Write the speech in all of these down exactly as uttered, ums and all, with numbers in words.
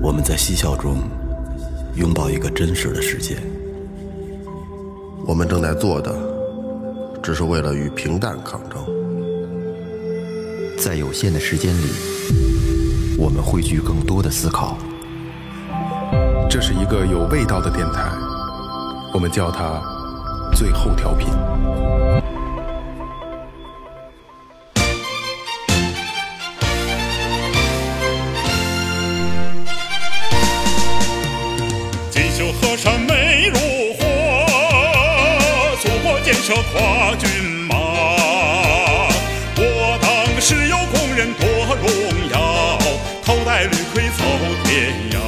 我们在嬉笑中拥抱一个真实的世界。 我们正在做的只是为了与平淡抗争。 在有限的时间里，我们汇聚更多的思考。 这是一个有味道的电台，我们叫它最后调频。 锦绣河山美如画，祖国建设跨军马。我当石油工人多荣耀，头戴绿盔走天涯。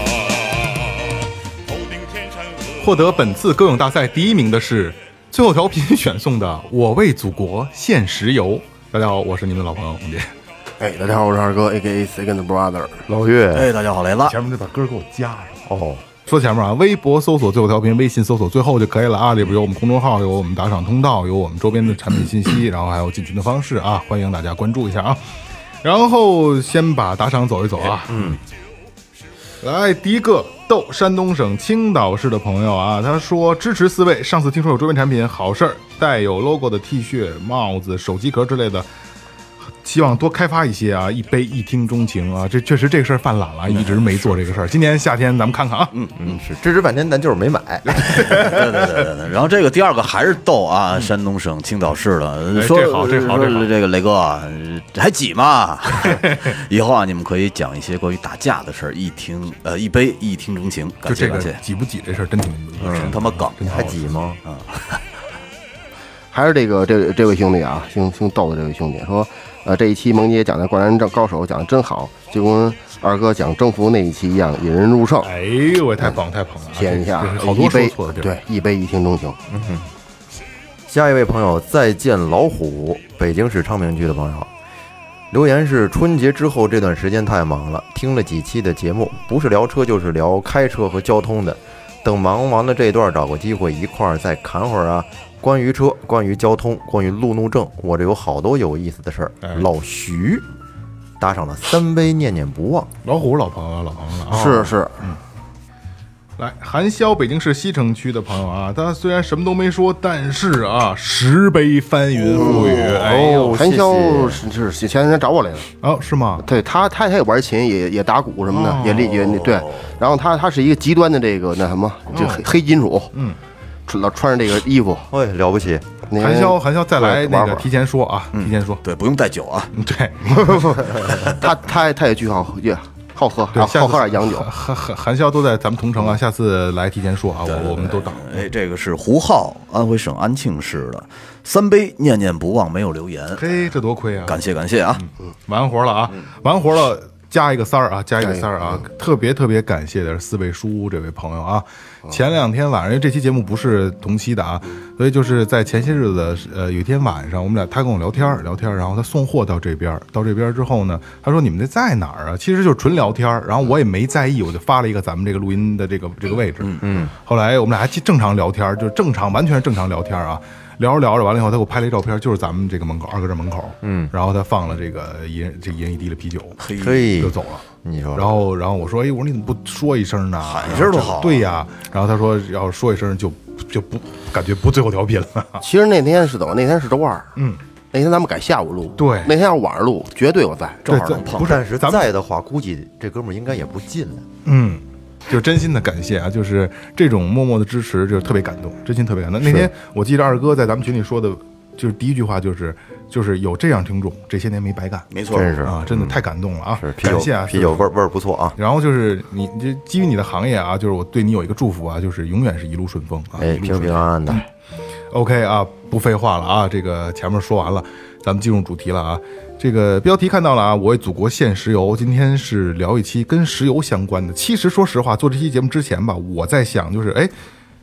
获得本次歌咏大赛第一名的是最后调频选送的《我为祖国献石油》。大家好，我是你们的老朋友洪杰。 哎，大家好，我是二哥 A K A Second Brother 老岳。 哎，大家好，雷子。 前面得把歌给我加上哦。 说前面啊，微博搜索最后调频，微信搜索最后就可以了啊。里边有我们公众号，有我们打赏通道，有我们周边的产品信息，然后还有进群的方式啊，欢迎大家关注一下啊。然后先把打赏走一走啊。嗯。来，第一个逗山东省青岛市的朋友啊，他说支持四位，上次听说有周边产品，好事儿，带有 logo 的 T 恤、帽子、手机壳之类的，希望多开发一些啊，一杯一听钟情啊，这确实这个事儿犯懒了，一直没做这个事儿。今年夏天咱们看看啊， 嗯嗯，是支持半天，咱就是没买。 对对对对对。然后这个第二个还是逗啊，山东省青岛市的，说这好这好这好， 这个雷哥还挤吗？以后啊，你们可以讲一些关于打架的事儿，一听呃一杯一听钟情。 就这个挤不挤这事儿真挺真他妈梗， 还挤吗？ 啊， 还是这个这这位兄弟啊，姓姓窦的这位兄弟说，呃，这一期萌姐讲的《灌篮高手》讲的真好，就跟二哥讲征服那一期一样，引人入胜。 哎呦，我太捧太捧了！ 天一下， 好多说错的地儿。 对，一杯一听钟情。 嗯哼。下一位朋友，再见老虎，北京市昌平区的朋友，留言是：春节之后这段时间太忙了，听了几期的节目，不是聊车就是聊开车和交通的。等忙完了这段，找个机会一块儿再侃会儿啊。关于车，关于交通，关于路怒症，我这有好多有意思的事儿。哎、老徐打赏了三杯，念念不忘。 老虎老朋友，老朋友了、 哦，是是， 嗯。来，韩潇，北京市西城区的朋友啊，他虽然什么都没说，但是啊，十杯翻云覆雨。哦、哎呦， 韩潇是是前两天找我来了。 哦，是吗？ 对他，他他也玩琴，也也打鼓什么的， 哦、 也也对。然后他他是一个极端的这个那什么，就黑、哦、黑金属。嗯。老穿着这个衣服， 哎，了不起！ 韩潇，韩潇再来那个提前说啊，提前说， 对，不用带酒啊， 对， 他他他也巨好也好喝，好喝点洋酒。 韩韩韩潇都在咱们同城啊，下次来提前说啊，我我们都等。 哎，这个是胡浩，安徽省安庆市的，三杯念念不忘，没有留言， 嘿，这多亏啊！ 感谢感谢啊， 完活了啊，完活了，加一个三儿啊，加一个三儿啊，特别特别感谢的是四位书屋这位朋友啊。前两天晚上，因为这期节目不是同期的啊，所以就是在前些日子，呃，有一天晚上，我们俩他跟我聊天聊天，然后他送货到这边，到这边之后呢，他说你们这在哪儿啊？其实就是纯聊天，然后我也没在意，我就发了一个咱们这个录音的这个这个位置。嗯嗯。后来我们俩还正常聊天，就是正常完全正常聊天啊，聊着聊着完了以后，他给我拍了一照片，就是咱们这个门口二哥这门口，嗯，然后他放了这个一人这一人一滴的啤酒， 嘿， 就走了。 你说， 然后，然后我说，哎，我说你怎么不说一声呢？ 喊一声都好。 对呀，然后他说，要是说一声就就不感觉不最后调频了。 其实那天是怎么？那天是周二， 嗯， 那天咱们改下午录， 对， 那天要晚上录，绝对我在，正好能碰。 不是，但是在的话，估计这哥们儿应该也不近了。 嗯，就真心的感谢啊，就是这种默默的支持，就是特别感动，真心特别感动。那天我记得二哥在咱们群里说的。就是第一句话就是就是有这样听众，这些年没白干， 没错， 真是啊，真的太感动了啊！ 是感谢啊， 啤酒味味儿不错啊。 然后就是你这基于你的行业啊，就是我对你有一个祝福啊，就是永远是一路顺风啊， 哎，平平安安的。 嗯、OK 啊，不废话了啊，这个前面说完了，咱们进入主题了啊。这个标题看到了啊，我为祖国献石油。今天是聊一期跟石油相关的。其实说实话，做这期节目之前吧，我在想就是哎。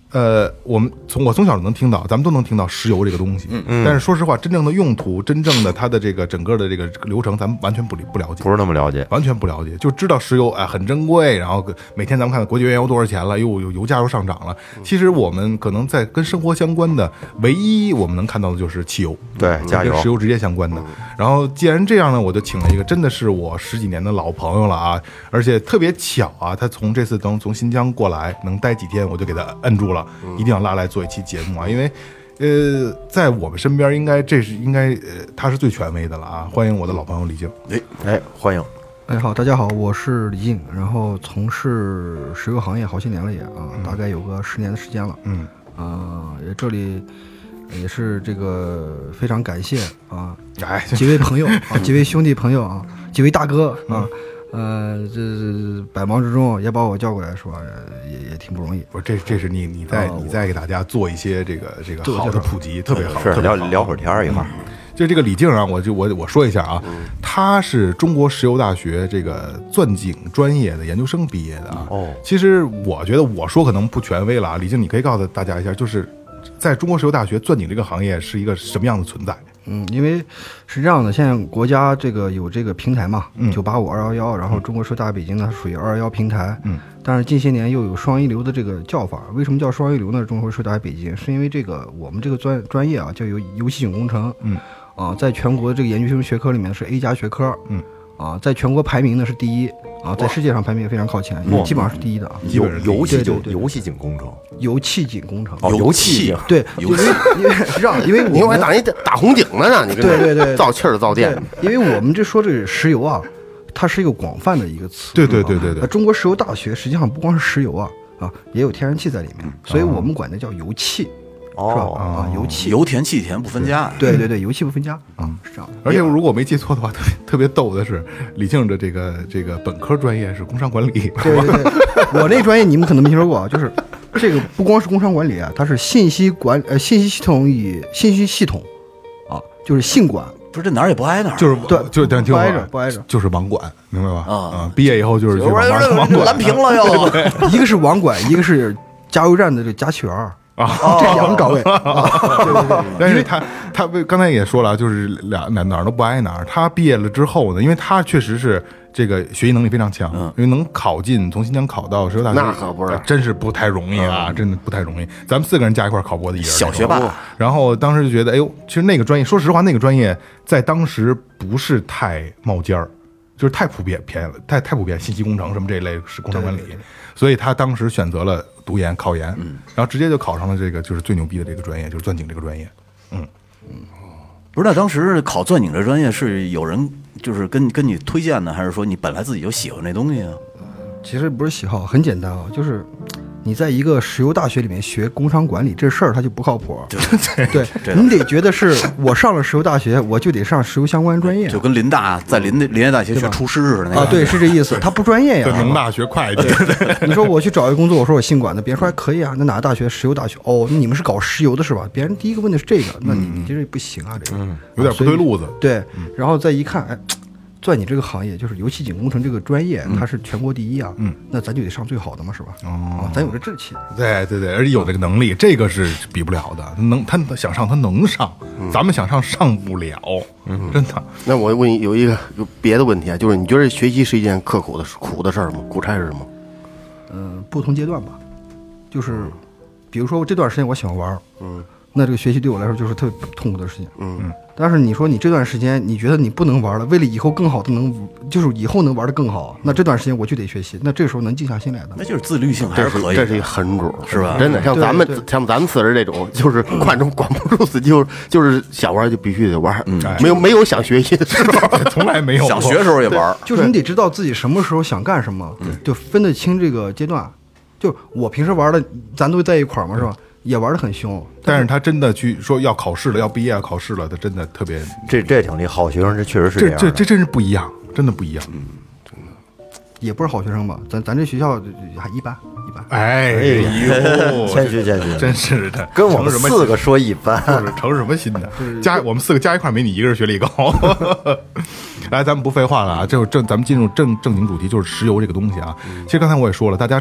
呃，我们从我从小就能听到，咱们都能听到石油这个东西，嗯嗯，但是说实话，真正的用途，真正的它的这个整个的这个流程，咱们完全不不了解， 不是那么了解， 完全不了解，就知道石油哎很珍贵，然后每天咱们看到国际原油多少钱了，又有油价又上涨了。其实我们可能在跟生活相关的，唯一我们能看到的就是汽油， 对，加油， 跟石油直接相关的。然后既然这样呢，我就请了一个真的是我十几年的老朋友了啊，而且特别巧啊，他从这次能从新疆过来，能待几天，我就给他摁住了，一定要拉来做一期节目啊，因为。呃，在我们身边，应该这是应该呃，他是最权威的了啊！欢迎我的老朋友李静。 哎哎，欢迎。 哎，好，大家好，我是李静，然后从事石油行业好些年了也啊，大概有个十年的时间了。嗯，啊，也这里也是这个非常感谢啊， 哎， 几位朋友啊，几位兄弟朋友啊，几位大哥啊。呃，这百忙之中也把我叫过来说，也也挺不容易。 不是，这这是你你在、呃、你在给大家做一些这个这个好的普及，特别好， 是聊聊会儿天儿一块儿。 嗯、就这个李静啊，我就我我说一下啊，嗯、他是中国石油大学这个钻井专业的研究生毕业的啊。哦，其实我觉得我说可能不权威了啊，李静，你可以告诉大家一下，就是在中国石油大学钻井这个行业是一个什么样的存在？ 嗯，因为是这样的，现在国家这个有这个平台嘛，九八五二幺幺，然后中国石油大学北京呢属于二幺幺平台，嗯，但是近些年又有双一流的这个叫法。为什么叫双一流呢？中国石油大学北京是因为这个我们这个专专业啊，叫油油气井工程，嗯，啊，在全国这个研究生学科里面是 A 加学科，嗯，啊，在全国排名呢是第一。啊，在世界上排名也非常靠前，因为基本上是第一的啊。 油油气就油气井工程， 油气井工程， 哦，油气对，因为因为是这样，因为你还打一打红井呢呢，你跟对对对造气儿造电， 因为我们这说这个石油啊，它是一个广泛的一个词， 对对对对对。 中国石油大学实际上不光是石油啊啊，也有天然气在里面，所以我们管它叫油气。是吧？啊，油气、 油田、气田不分家。 对对对，油气不分家啊，是这样的。 而且如果我没记错的话，特别特别逗的是，李静的这个这个本科专业是工商管理。 对对对，我那专业你们可能没听说过啊，就是这个不光是工商管理啊，它是信息管呃信息系统与信息系统啊，就是信管。 不是这哪儿也不挨哪儿， 就是对， 就听不挨着，不挨着， 就是网管，明白吧？啊啊，毕业以后就是去网网管， 蓝屏了又。 一个是网管，一个是加油站的这个加气员儿。啊，这两个岗位，对对对。 但是他他刚才也说了，就是俩哪哪儿都不挨哪儿。他毕业了之后呢，因为他确实是这个学习能力非常强，因为能考进从新疆考到石油大学， 那可不是， 真是不太容易啊，真的不太容易。咱们四个人加一块考博的一人， 小学霸。 然后当时就觉得，哎呦，其实那个专业，说实话，那个专业在当时不是太冒尖儿。就是太普遍偏了，太太普遍，信息工程什么这一类是工商管理，所以他当时选择了读研考研，嗯，然后直接就考上了这个就是最牛逼的这个专业，就是钻井这个专业，嗯嗯，不是，那当时考钻井这专业是有人就是跟跟你推荐的，还是说你本来自己就喜欢这东西啊？ 其实不是喜好，很简单啊，就是你在一个石油大学里面学工商管理这事儿，它就不靠谱。对对对，你得觉得是我上了石油大学，我就得上石油相关专业， 就跟林大在林林业大学学厨师似的那个啊，对，是这意思。他不专业呀。 跟农大学会计。 你说我去找一个工作，我说我信管的，别人说还可以啊，那哪个大学？石油大学。哦，那你们是搞石油的是吧？别人第一个问的是这个，那你你这不行啊，这个有点不对路子。 对，然后再一看，哎。钻你这个行业就是油气井工程这个专业，它是全国第一啊，嗯，那咱就得上最好的嘛，是吧？哦，咱有这志气， 对对对，而且有这个能力，这个是比不了的。能他想上他能上，咱们想上上不了，嗯，真的。 那我问你有一个有别的问题啊，就是你觉得学习是一件刻苦的苦的事儿吗？苦差事吗？ 嗯，不同阶段吧，就是比如说我这段时间我喜欢玩，嗯。那这个学习对我来说就是特别痛苦的事情，嗯，但是你说你这段时间你觉得你不能玩了，为了以后更好的能，就是以后能玩得更好，那这段时间我就得学习，那这个时候能静下心来的， 那就是自律性还是可以， 这是一个狠主， 是吧？ 真的，像咱们像咱们四人这种，就是管住管不住自己，就就是想玩就必须得玩，嗯，没有没有想学习的时候， 从来没有， 想学的时候也玩， 就是你得知道自己什么时候想干什么，就分得清这个阶段。就我平时玩的，咱都在一块儿嘛，是吧？也玩得很凶， 但是他真的去说要考试了，要毕业要考试了，他真的特别， 这这挺厉害，好学生这确实是这样， 这这这真是不一样，真的不一样，嗯， 真的也不是好学生吧？咱咱这学校还一般一般， 哎呦， 谦虚谦虚， 真是的， 跟我们四个说一般， 就是成什么心的？加我们四个加一块没你一个人学历高。来，咱们不废话了啊，这正咱们进入正正经主题，就是石油这个东西啊。其实刚才我也说了，大家。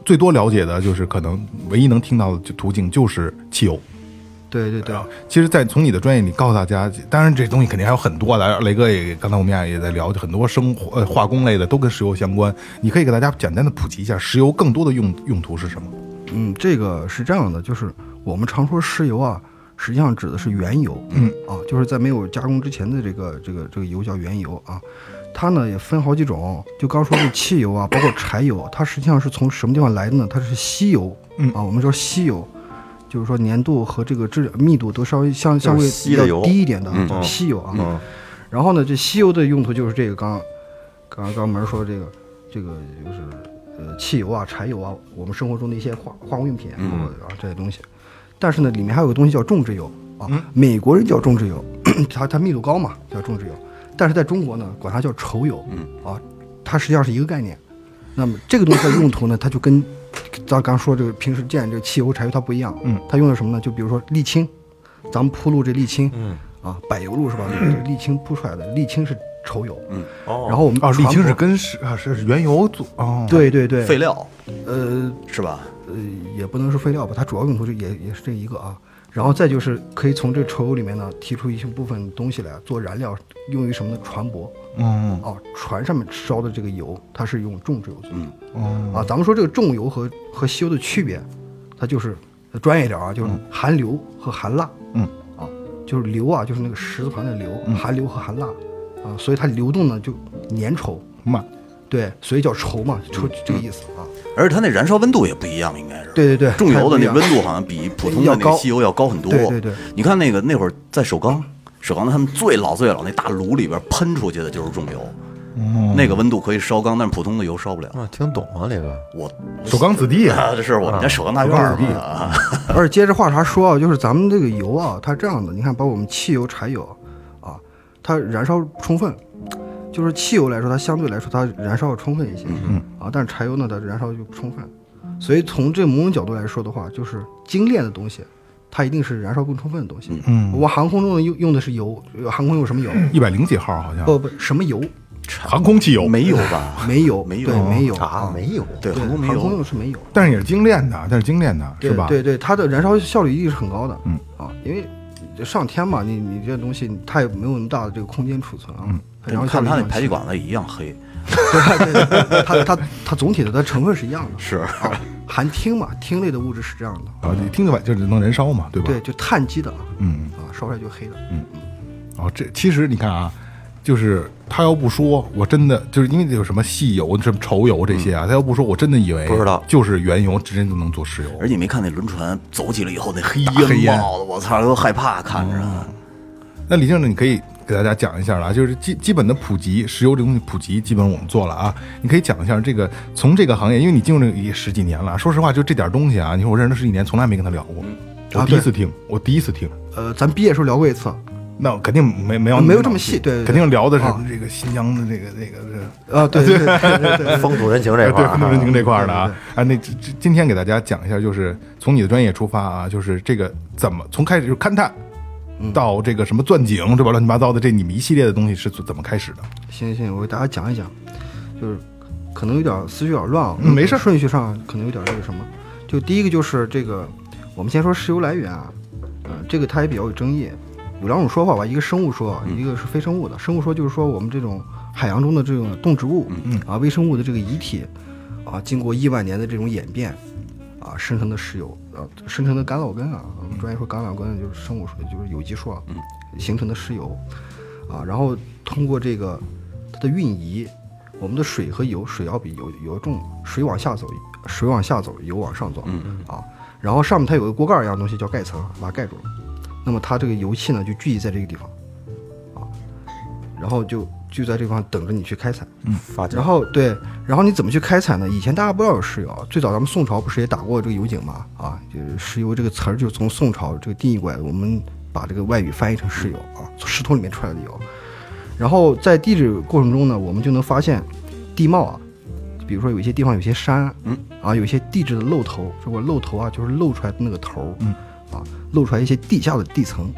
最多了解的就是可能唯一能听到的途径就是汽油。 对对对， 其实，在从你的专业里告诉大家，当然这东西肯定还有很多的。雷哥也刚才我们俩也在聊，很多生活呃化工类的都跟石油相关。你可以给大家简单的普及一下，石油更多的用用途是什么？ 嗯，这个是这样的，就是我们常说石油啊，实际上指的是原油， 嗯啊，就是在没有加工之前的这个这个这个油叫原油啊。它呢也分好几种，就刚说的汽油啊，包括柴油，它实际上是从什么地方来的呢？它是稀油， 嗯啊，我们说稀油。就是说粘度和这个质量密度都稍微相相对要低一点的，叫稀油啊。 嗯、 然后呢，这稀油的用途就是这个刚刚刚刚门说这个这个就是呃汽油啊、柴油啊，我们生活中的一些化化工用品嗯啊这些东西。但是呢，里面还有个东西叫种植油啊，美国人叫种植油，它它密度高嘛，叫种植油。但是在中国呢，管它叫稠油，啊，它实际上是一个概念。那么这个东西的用途呢，它就跟咱刚说这个平时见这个汽油、柴油它不一样， 嗯， 它用的什么呢？就比如说沥青，咱们铺路这沥青， 嗯， 啊，柏油路是吧？这沥青铺出来的沥青是稠油， 嗯， 哦， 然后我们哦，沥青传播是跟是啊是是原油做哦， 对对对， 废料呃是吧？ 呃也不能是废料吧，它主要用途就也也是这一个啊。然后再就是可以从这稠油里面呢提出一些部分东西来做燃料，用于什么呢？船舶， 嗯哦，船上面烧的这个油，它是用种植油做的。 嗯哦啊，咱们说这个重油和和稀油的区别，它就是专业一点啊，就是含硫和含钠。 嗯啊，就是硫啊，就是那个石字旁的硫，含硫和含钠啊，所以它流动呢就粘稠慢， 对，所以叫稠嘛，稠这个意思啊。 而且它那燃烧温度也不一样，应该是。 对对对， 重油的那太不一样温度好像比普通的那个汽油要高很多。 对对对， 你看那个那会儿在首钢，首钢他们最老最老那大炉里边喷出去的就是重油， 嗯那个温度可以烧钢，但是普通的油烧不了。 啊，听懂啊，这个我首钢子弟啊， 啊，这是我们家首钢大院儿嘛啊。 而且接着话茬说啊，就是咱们这个油啊，它这样的，你看，包括我们汽油、柴油啊，它燃烧充分。就是汽油来说，它相对来说它燃烧要充分一些， 嗯啊，但是柴油呢，它燃烧就不充分。所以从这某种角度来说的话，就是精炼的东西，它一定是燃烧更充分的东西。 嗯， 我航空中用用的是油，航空用什么油？ 一百零几号好像不不，什么油？ 航空汽油没有吧？ 没有， 没有对，没有啊，没有， 对， 对， 航空没航空用有。 是没有。 但是也是精炼的，但是精炼的是吧？ 对对，它的燃烧效率一定是很高的。 嗯啊，因为上天嘛，你你这东西它也没有那么大的这个空间储存啊。 嗯然后看它那排气管子也一样黑， 对对对，它它它总体的它成分是一样的。 是啊，含烃嘛，烃类的物质是这样的。 啊，你听得完就是能燃烧嘛，对吧？ 对，就碳基的啊， 嗯， 啊，烧出来就黑的。 哦，这其实你看啊，就是他要不说，我真的就是因为有什么细油、什么稠油这些啊，他要不说，我真的以为不知道就是原油直接就能做石油。 而且你没看那轮船走起来以后那黑大黑烟烟冒的，我操，都害怕看着。 那李先生，你可以给大家讲一下了啊，就是基基本的普及，石油这东西普及，基本我们做了啊。你可以讲一下这个从这个行业，因为你进入这个也十几年了，说实话，就这点东西啊，你说我认识十几年，从来没跟他聊过，我第一次听，我第一次听。 呃，咱毕业时候聊过一次， 那肯定没没有没有这么细，对，对肯定聊的是啊这个新疆的这个这个啊，对对对对对， 风土人情这块对儿啊， 风土人情这块儿的啊对啊，那这这今天给大家讲一下，就是从你的专业出发啊，就是这个怎么从开始就是勘探。到这个什么钻井，这吧乱七八糟的，这你们一系列的东西是怎么开始的？ 行行，我给大家讲一讲，就是可能有点思绪有点乱啊， 嗯没事顺序上可能有点这个什么。就第一个就是这个，我们先说石油来源啊，呃，这个它也比较有争议，有两种说法吧，一个生物说，一个是非生物的。生物说就是说我们这种海洋中的这种动植物， 嗯啊，微生物的这个遗体，啊，经过亿万年的这种演变，啊，生成的石油，啊，生成的干酪根啊，我们专业说干酪根就是生物说，就是有机说，啊，形成的石油，啊，然后通过这个它的运移，我们的水和油，水要比油油重，水往下走，水往下走，油往上走， 嗯啊，然后上面它有个锅盖一样的东西叫盖层，把它盖住了，那么它这个油气呢就聚集在这个地方，啊，然后就就在这个地方等着你去开采， 发然后对，然后你怎么去开采呢？以前大家不知道有石油，最早咱们宋朝不是也打过这个油井嘛？啊，就是石油这个词儿就是从宋朝这个定义过来的，我们把这个外语翻译成石油啊，从石头里面出来的油。然后在地质过程中呢，我们就能发现地貌啊，比如说有一些地方有些山， 嗯，啊， 有一些地质的露头，这个露头啊就是露出来的那个头， 嗯， 啊，露出来一些地下的地层，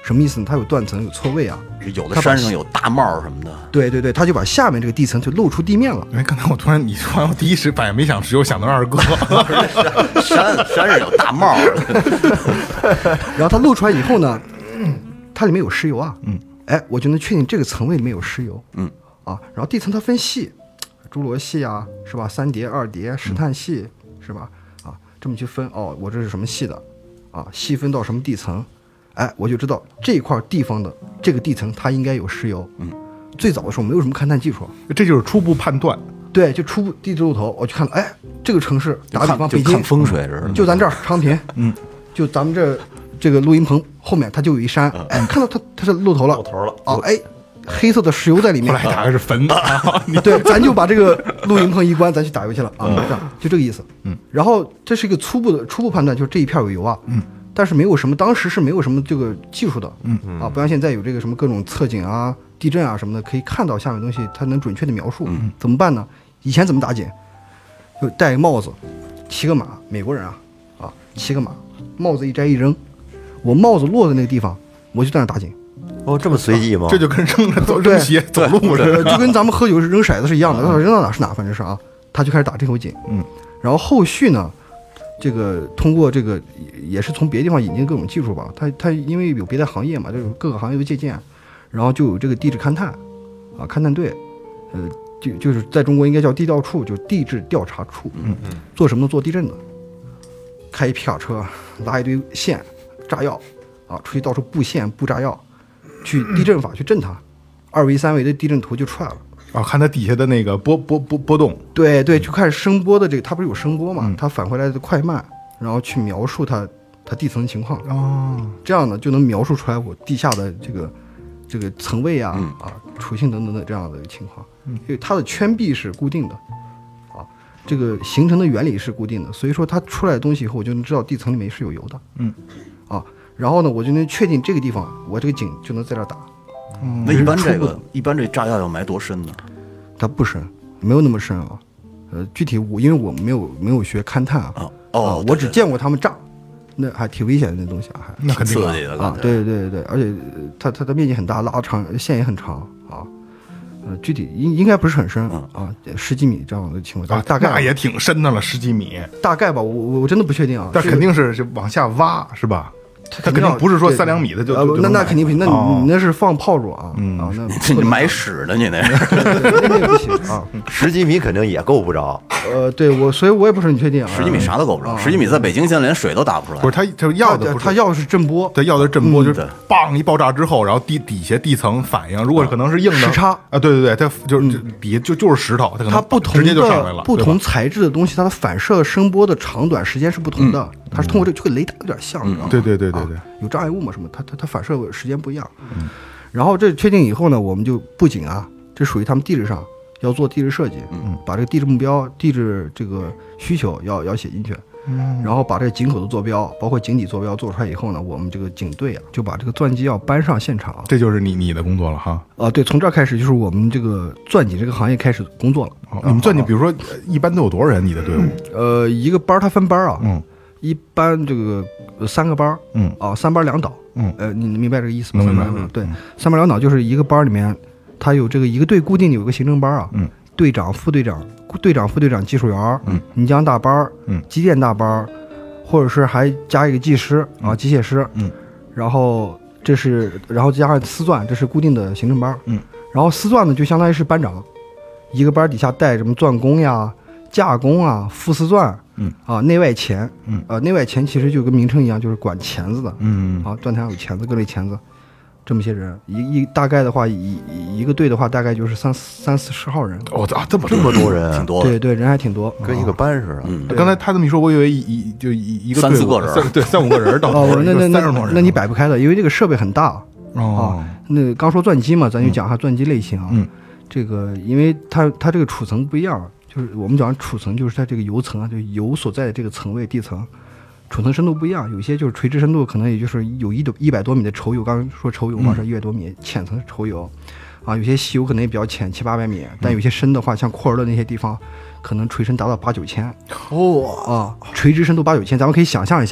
什么意思呢？它有断层，有错位啊。 有的山上有大帽什么的。 对对对，他就把下面这个地层就露出地面了。 哎，刚才我突然你突然我第一时反应没想石油，想到二哥。 山山上有大帽。 然后它露出来以后呢，它里面有石油啊。嗯。哎，我就能确定这个层位里面有石油。 嗯。 啊，然后地层它分系，侏罗系啊，是吧？三叠、二叠、石炭系，是吧？啊，这么去分哦，我这是什么系的？啊，细分到什么地层？哎，我就知道这块地方的这个地层它应该有石油。嗯，最早的时候没有什么勘探技术， 这就是初步判断。 对，就初步地质路头，我去看了，哎，这个城市打比方北京， 看风水似的， 就咱这儿昌平，嗯，就咱们这这个录音棚后面它就有一山，哎，看到它它是露头了， 露头了啊，哎，黑色的石油在里面， 后来打开是坟的， 对，咱就把这个录音棚一关，咱去打油去了啊，这样就这个意思。嗯，然后这是一个初步的初步判断，就是这一片有油啊。嗯。但是没有什么，当时是没有什么这个技术的，嗯啊，不像现在有这个什么各种测景啊、地震啊什么的，可以看到下面东西，它能准确的描述。嗯，怎么办呢？以前怎么打井？就戴个帽子，骑个马，美国人啊啊，骑个马，帽子一摘一扔，我帽子落在那个地方，我就在那打井。 哦，这么随意吗？ 这就跟扔着走扔鞋走路似的， 就跟咱们喝酒扔骰子是一样的，扔到哪是哪，反正是啊，他就开始打这口井。嗯，然后后续呢？这个通过这个也是从别的地方引进各种技术吧，它它因为有别的行业嘛，就是各个行业都借鉴，然后就有这个地质勘探，啊，勘探队，呃，就就是在中国应该叫地调处，就地质调查处，嗯嗯，做什么呢？做地震的，开一皮卡车，拉一堆线、炸药，啊，出去到处布线、布炸药，去地震法去震它，二维、三维的地震图就出来了。 啊，看它底下的那个波波波波动， 对对，就看声波的这个，它不是有声波嘛？嗯、它返回来的快慢，然后去描述它它地层情况。哦，这样呢就能描述出来我地下的这个这个层位啊、嗯、啊属性等等的这样的情况。因为它的圈壁是固定的，啊，这个形成的原理是固定的，所以说它出来的东西以后，我就能知道地层里面是有油的。嗯，啊，然后呢，我就能确定这个地方我这个井就能在这儿打。 嗯、那一般这个一般这炸药要埋多深呢？ 它不深，没有那么深啊。呃，具体我因为我没有没有学勘探啊， 哦，哦啊、我只见过他们炸，那还挺危险的那东西啊，还那肯定刺激的啊，对对对对，而且它它的面积很大，拉长线也很长啊。呃，具体应应该不是很深、嗯、啊，十几米这样的情况， 啊、 大概那也挺深的了，十几米， 大概吧，我我我真的不确定啊， 但肯定是是往下挖是吧？它肯定不是说三两米的就， 呃，那那肯定不行，那你、哦、你那是放炮竹啊，嗯、啊，那你埋屎的你那是， 那那不行啊， 十几米肯定也够不着。 呃，对我，所以我也不是很确定啊， 十几米啥都够不着，十几米在北京现在连水都打不出来。 不是他，他要的他要的是震波， 他要的是震波，就是棒一爆炸之后，然后地底下地层反应，如果可能是硬的时差啊，对对对，它就是底下就就是石头，它可能它不同直接就上来了， 不同材质的东西，它的反射声波的长短时间是不同的，它是通过这就跟雷达有点像，你知道吗？ 对对对对对， 有障碍物嘛什么，它它它反射时间不一样。然后这确定以后呢，我们就不仅啊，这属于他们地质上要做地质设计，嗯，把这个地质目标、地质这个需求要要写进去，嗯，然后把这个井口的坐标，包括井底坐标做出来以后呢，我们这个警队啊，就把这个钻机要搬上现场， 这就是你你的工作了哈。 啊，对，从这儿开始就是我们这个钻井这个行业开始工作了。 哦、你们钻井，比如说一般都有多少人？你的队伍？ 呃，一个班它分班啊，嗯，一般这个三个班，嗯啊，三班两导，嗯，呃，你明白这个意思吗？ 明白。 对，三班两导就是一个班里面。他有这个一个队固定的有个行政班啊，嗯，队长、副队长、队长、副队长、技术员，嗯，泥浆大班，嗯，机电大班，或者是还加一个技师啊，机械师，嗯，然后这是，然后加上丝钻，这是固定的行政班，嗯，然后丝钻呢就相当于是班长，一个班底下带什么钻工呀、架工啊、副丝钻，嗯啊，内外钳，嗯啊，内外钳其实就跟名称一样，就是管钳子的，嗯啊，钻台上有钳子，各类钳子。这么些人，一一大概的话，一一个队的话，大概就是三三四十号人。 哦，啊，这么这么多人， 挺多。 对对，人还挺多， 跟一个班似的。 嗯，刚才他这么一说，我以为一一就一一个三四个人， 对，三五个人到哦，那那那那那你摆不开的，因为这个设备很大。哦，那刚说钻机嘛，咱就讲一下钻机类型啊。嗯，这个因为它它这个储层不一样，就是我们讲储层，就是它这个油层啊，就油所在的这个层位地层。储层深度不一样，有些就是垂直深度可能也就是有一一百多米的稠油，刚刚说稠油嘛是一百多米，浅层是稠油，啊，有些细油可能也比较浅，七八百米，但有些深的话，像库尔勒那些地方，可能垂深达到八九千，哦啊，垂直深度八九千，咱们可以想象一下，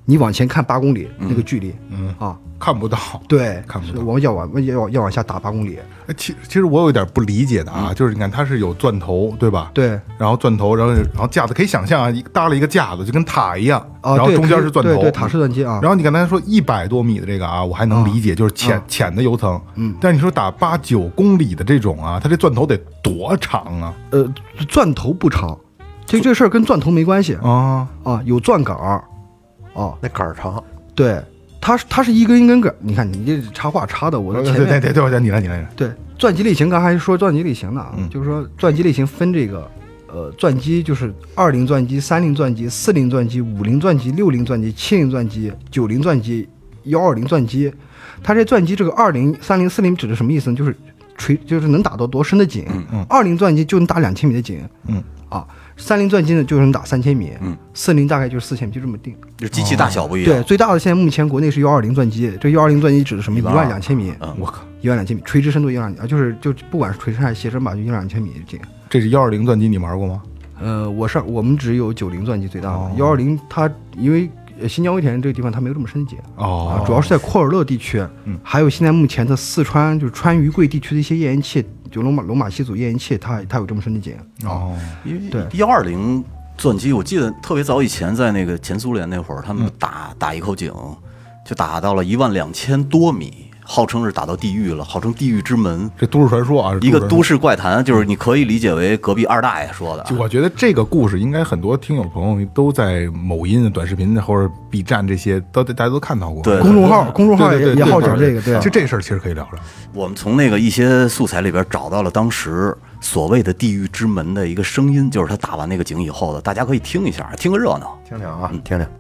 你往前看八公里那个距离， 嗯啊， 看不到， 对， 看不到我要往要要往下打八公里。 其其实我有点不理解的啊，就是你看它是有钻头，对吧？ 对， 然后钻头，然后然后架子可以想象啊，搭了一个架子，就跟塔一样， 啊， 然后中间是钻头， 对对，塔式钻机啊。 然后你刚才说一百多米的这个啊，我还能理解，就是浅浅的油层，嗯，但是你说打八九公里的这种啊，它这钻头得多长啊？ 呃，钻头不长，这这事儿跟钻头没关系啊啊，有钻杆儿，啊， 那杆儿长， 对。它是它是一根一根杆，你看你这插话插的，我的前面对对对对，你来你来。 对，钻机类型，刚才说钻机类型的啊，嗯、就是说钻机类型分这个，呃，钻机就是二零钻机、三零钻机、四零钻机、五零钻机、六零钻机、七零钻机、九零钻机、幺二零钻机。它这钻机这个二零、三零、四零指的什么意思呢？就是垂，就是能打到多深的井。嗯二零钻机就能打两千米的井。嗯啊。三零钻机呢，就能打三千米，嗯，四零大概就是四千米，就这么定。 就机器大小不一样。 对，最大的现在目前国内是幺二零钻机，这幺二零钻机指的什么？一万两千米。 嗯， 我靠，一万两千米，垂直深度一万两，就是就不管是垂直还是斜深吧，就一万两千米这个。 这是幺二零钻机，你玩过吗？ 呃，我上我们只有九零钻机最大的，幺二零它因为新疆威田这个地方它没有这么深的井哦、 啊，主要是在库尔勒地区，嗯，还有现在目前的四川就是川渝贵地区的一些页岩气，就龙马龙马西组页岩气，它它有这么深的井哦， 因为对幺二零。钻机，我记得特别早以前，在那个前苏联那会儿，他们打、嗯、打一口井，就打到了一万两千多米，号称是打到地狱了，号称地狱之门。 这都市传说啊， 一个都市怪谈，就是你可以理解为隔壁二大爷说的。 就我觉得这个故事应该很多听友朋友都在某音、短视频或者 B 站这些都大家都看到过。 对， 公众号公众号也也好讲这个。对， 就这事儿其实可以聊聊。 我们从那个一些素材里边找到了当时所谓的地狱之门的一个声音，就是他打完那个井以后的，大家可以听一下，听个热闹， 听听啊，嗯、听听。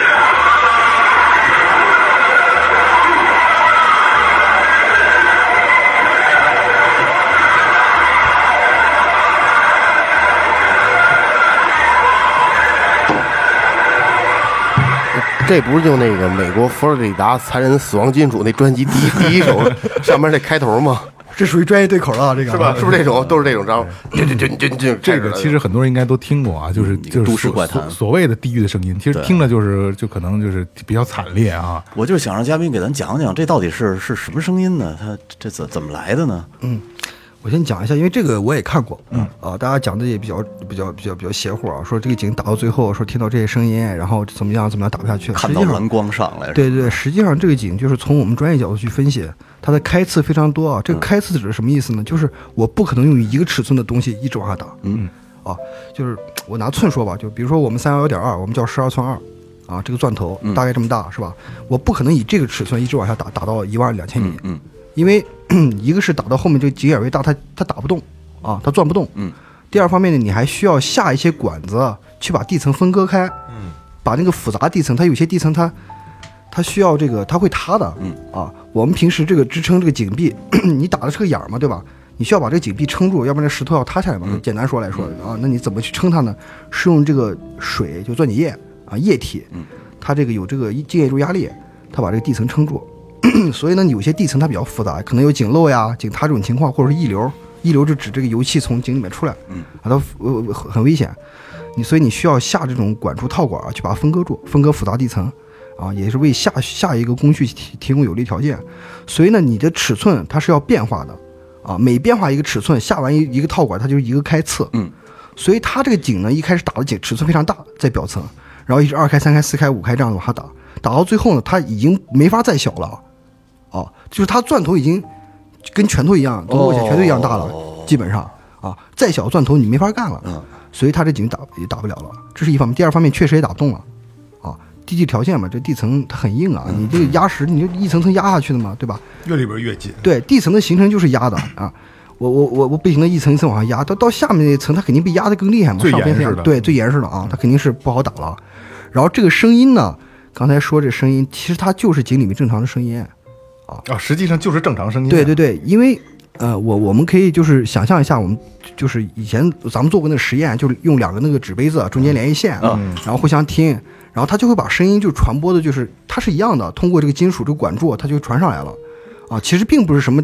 这不是就那个美国佛罗里达残忍死亡金属那专辑第一第一首上面那开头吗？ 这属于专业对口了，这个是吧？是不是这种都是这种章？ 这个其实很多人应该都听过啊，就是就是都市怪谈， 所谓的地狱的声音，其实听了就是就可能就是比较惨烈啊。 我就是想让嘉宾给咱讲讲，这到底是是什么声音呢？它这怎怎么来的呢？ 嗯。我先讲一下，因为这个我也看过，嗯啊，大家讲的也比较比较比较比较邪乎啊，说这个井打到最后，说听到这些声音，然后怎么样怎么样打不下去， 看到蓝光上来。 对对，实际上这个井就是从我们专业角度去分析，它的开次非常多啊。这个开次指的什么意思呢？就是我不可能用一个尺寸的东西一直往下打，嗯啊，就是我拿寸说吧，就比如说我们三幺幺点二，我们叫十二寸二。啊，这个钻头大概这么大，是吧？我不可能以这个尺寸一直往下打，打到一万两千米，嗯，因为一个是打到后面这个井眼越大，它它打不动啊，它钻不动，嗯。第二方面呢，你还需要下一些管子去把地层分割开，嗯，把那个复杂地层，它有些地层它它需要这个它会塌的，嗯啊。我们平时这个支撑这个井壁，你打的是个眼儿嘛，对吧？你需要把这个井壁撑住，要不然这石头要塌下来嘛。嗯、简单说来说啊，那你怎么去撑它呢？是用这个水，就钻井液。啊，液体，它这个有这个静液柱压力，它把这个地层撑住。所以呢，有些地层它比较复杂，可能有井漏呀、井塌这种情况，或者是溢流。溢流就指这个油气从井里面出来，啊，它呃很危险。你所以你需要下这种管柱套管啊，去把它分割住，分割复杂地层，啊，也是为下下一个工序提提供有利条件。所以呢，你的尺寸它是要变化的，啊，每变化一个尺寸，下完一一个套管，它就是一个开次。嗯，所以它这个井呢，一开始打的井尺寸非常大，在表层。然后一直二开、三开、四开、五开这样往下打，打到最后呢，它已经没法再小了，啊，就是它钻头已经跟拳头一样，跟握起拳头一样大了，哦、基本上啊，再小钻头你没法干了，嗯，所以它这井打也打不了了，这是一方面。第二方面确实也打不动了，啊，地质条件嘛，这地层它很硬啊，嗯、你这个压实，你就一层层压下去的嘛，对吧？ 越里边越紧。 对，地层的形成就是压的啊。我我我我不行的一层一层往下压，到到下面那一层，它肯定被压得更厉害嘛， 最严实的， 对，最严实的啊，它肯定是不好打了。然后这个声音呢，刚才说这声音，其实它就是井里面正常的声音，啊啊，实际上就是正常声音。 对对对，因为呃，我我们可以就是想象一下，我们就是以前咱们做过那个实验，就是用两个那个纸杯子中间连一线，嗯，然后互相听，然后它就会把声音就传播的，就是它是一样的，通过这个金属这个管柱，它就传上来了，啊，其实并不是什么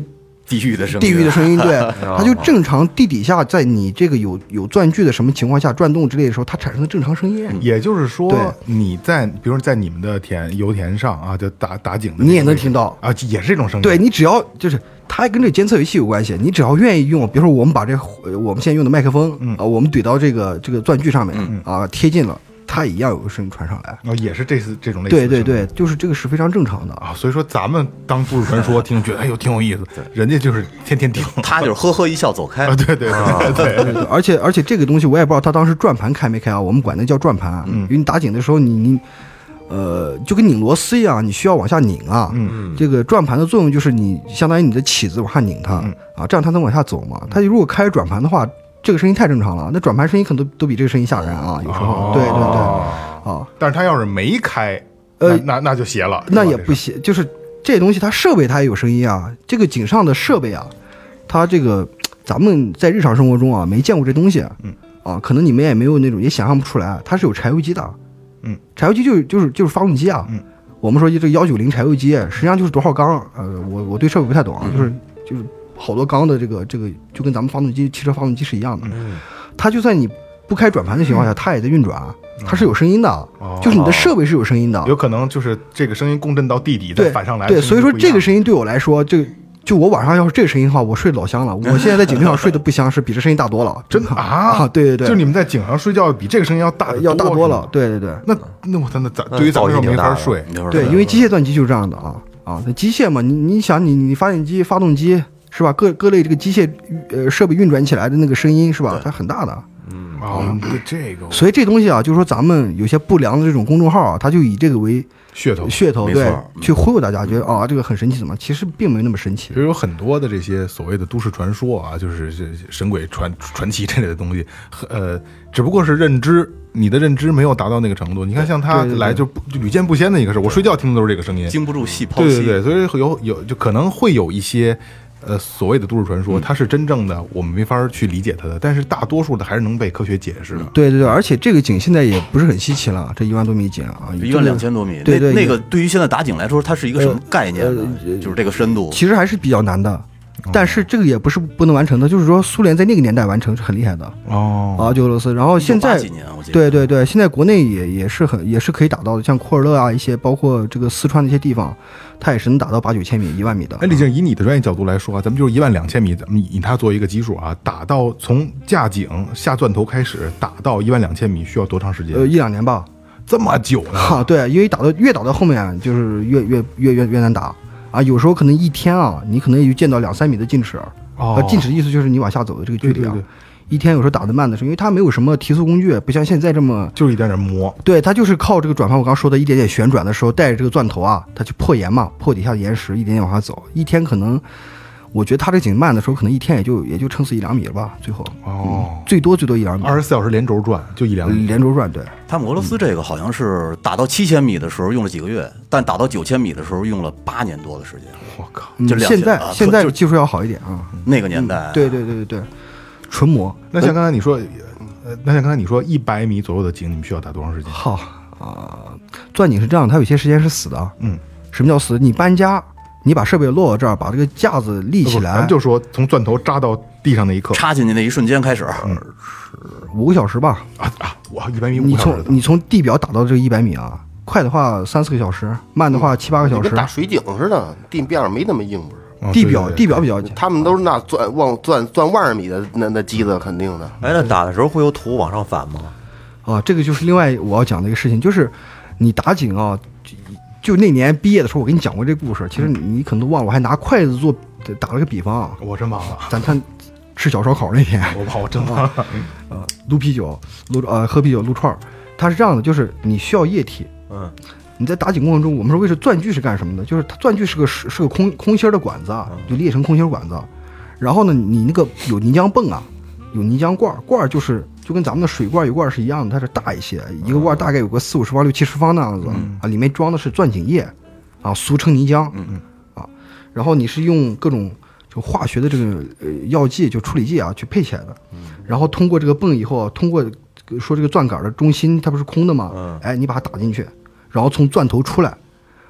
地狱的声音， 地狱的声音，对，它就正常地底下在你这个有有钻具的什么情况下转动之类的时候，它产生的正常声音。 也就是说对， 你在比如说在你们的田油田上啊，就打打井的， 你也能听到啊，也是这种声音。 对你只要就是它跟这监测仪器有关系，你只要愿意用，比如说我们把这呃我们现在用的麦克风， 嗯啊，我们怼到这个这个钻具上面，啊，贴近了，它一样有个声音传上来。 哦，也是这次这种类似的声音。 对对对，就是这个是非常正常的。 啊，所以说咱们当都市传说听，觉得哎呦挺有意思，人家就是天天听， 他就是呵呵一笑走开。 啊，对对对对对对对，而且而且这个东西我也不知道他当时转盘开没开啊，我们管那叫转盘，因为你打井的时候你你。呃，就跟拧螺丝一样，你需要往下拧啊。嗯，这个转盘的作用就是你相当于你的起子往下拧它、嗯、啊，这样它能往下走嘛。它如果开转盘的话，这个声音太正常了，那转盘声音可能都都比这个声音吓人啊，有时候。哦、对对对，啊。 但是它要是没开， 呃， 那那就邪了， 那也不邪，就是这东西它设备它也有声音啊，这个井上的设备啊，它这个咱们在日常生活中啊没见过这东西，嗯啊，可能你们也没有那种也想象不出来，它是有柴油机的。嗯，柴油机就是就是就是发动机啊。嗯，我们说这个幺九零柴油机，实际上就是多少缸？呃，我我对设备不太懂啊，就是就是好多缸的这个这个，就跟咱们发动机汽车发动机是一样的。嗯，它就算你不开转盘的情况下，它也在运转，它是有声音的，哦、就是你的设备是有声音的。 有可能就是这个声音共振到地底再反上来。 对，所以说这个声音对我来说，这个。就我晚上要是这个声音的话，我睡得老香了。我现在在井上睡得不香，是比这声音大多了。 真的 啊, 啊？对对对， 就你们在井上睡觉比这个声音要大要大多了。对对对， 那那我那咱对于咱们说没法睡。 对，因为机械钻机就是这样的啊啊，那机械嘛，你你想你你发电机、发动机是吧？各各类这个机械呃设备运转起来的那个声音是吧？它很大的。 嗯啊，对这个， 所以这东西啊，就是说咱们有些不良的这种公众号啊，它就以这个为噱头， 噱头对，去忽悠大家，觉得啊这个很神奇，怎么？其实并没那么神奇。 其实有很多的这些所谓的都市传说啊，就是神鬼传传奇这类的东西，呃，只不过是认知，你的认知没有达到那个程度。你看，像他来就就屡见不鲜的一个事，我睡觉听的都是这个声音， 经不住细剖析。 对对对，所以有有就可能会有一些。呃，所谓的都市传说，它是真正的，我们没法去理解它的，但是大多数的还是能被科学解释的。 对对对，而且这个井现在也不是很稀奇了，这一万多米井啊， 一万两千多米， 对对， 那个对于现在打井来说，它是一个什么概念呢？呃、就是这个深度， 其实还是比较难的。但是这个也不是不能完成的，就是说苏联在那个年代完成是很厉害的哦啊，就俄罗斯。然后现在几年我记得对对对，现在国内也也是很也是可以达到的，像库尔勒啊一些，包括这个四川的一些地方，它也是能达到八九千米、一万米的。 哎，李静，以你的专业角度来说啊，咱们就是一万两千米，咱们以它作为一个基数啊，打到从架井下钻头开始打到一万两千米需要多长时间？ 呃，一两年吧。 这么久呢？ 哈，对，因为打到越打到后面就是越越越越越难打啊，有时候可能一天啊，你可能也就见到两三米的进尺。 哦， 进尺的意思就是你往下走的这个距离啊， 对对对， 一天有时候打得慢的时候，因为它没有什么提速工具，不像现在这么就一点点磨。 对，它就是靠这个转盘，我刚说的一点点旋转的时候，带着这个钻头啊，它去破岩嘛，破底下的岩石，一点点往下走。一天可能，我觉得它这井慢的时候，可能一天也就也就撑死一两米了吧，最后哦、 嗯，最多最多一两米。 二十四小时连轴转就一两米， 连轴转对。 他们俄罗斯这个好像是打到七千米的时候用了几个月，但打到九千米的时候用了八年多的时间。 我靠！ 就现在、 啊、 现在技术要好一点啊， 那个年代、 嗯，对对对对对，纯磨。 那像刚才你说，呃，那像刚才你说一百米左右的井，你们需要打多长时间？ 好啊，钻井是这样，它有些时间是死的。嗯，什么叫死？你搬家，你把设备落到这儿，把这个架子立起来， 咱就说从钻头扎到地上那一刻， 插进去那一瞬间开始， 嗯，五个小时吧。 啊啊，哇，一百米五你个小时。 从你从地表打到这个一百米啊，快的话三四个小时，慢的话七八个小时。 跟打水井似的，地面上没那么硬，不是？ 地表地表比较紧， 他们都是那钻往钻钻万十米的那那机子，肯定的。 哎，那打的时候会有土往上翻吗？ 啊，这个就是另外我要讲的一个事情，就是你打井啊，就, 就那年毕业的时候，我跟你讲过这故事。其实你你可能都忘了，我还拿筷子做打了个比方啊。 我真忘了。 咱看吃小烧烤那天， 我怕我真忘了。 呃，撸啤酒，撸呃喝啤酒撸串儿，它是这样的，就是你需要液体。嗯。你在打井过程中，我们说为什么钻具是干什么的？就是它钻具是个是个空空心的管子啊，就裂成空心管子。然后呢，你那个有泥浆泵啊，有泥浆罐，罐就是就跟咱们的水罐油罐是一样的，它是大一些，一个罐大概有个四五十方、六七十方那样子啊，里面装的是钻井液啊，俗称泥浆啊。然后你是用各种就化学的这个呃药剂，就处理剂啊去配起来的。然后通过这个泵以后，通过说这个钻杆的中心它不是空的吗？哎，你把它打进去。然后从钻头出来，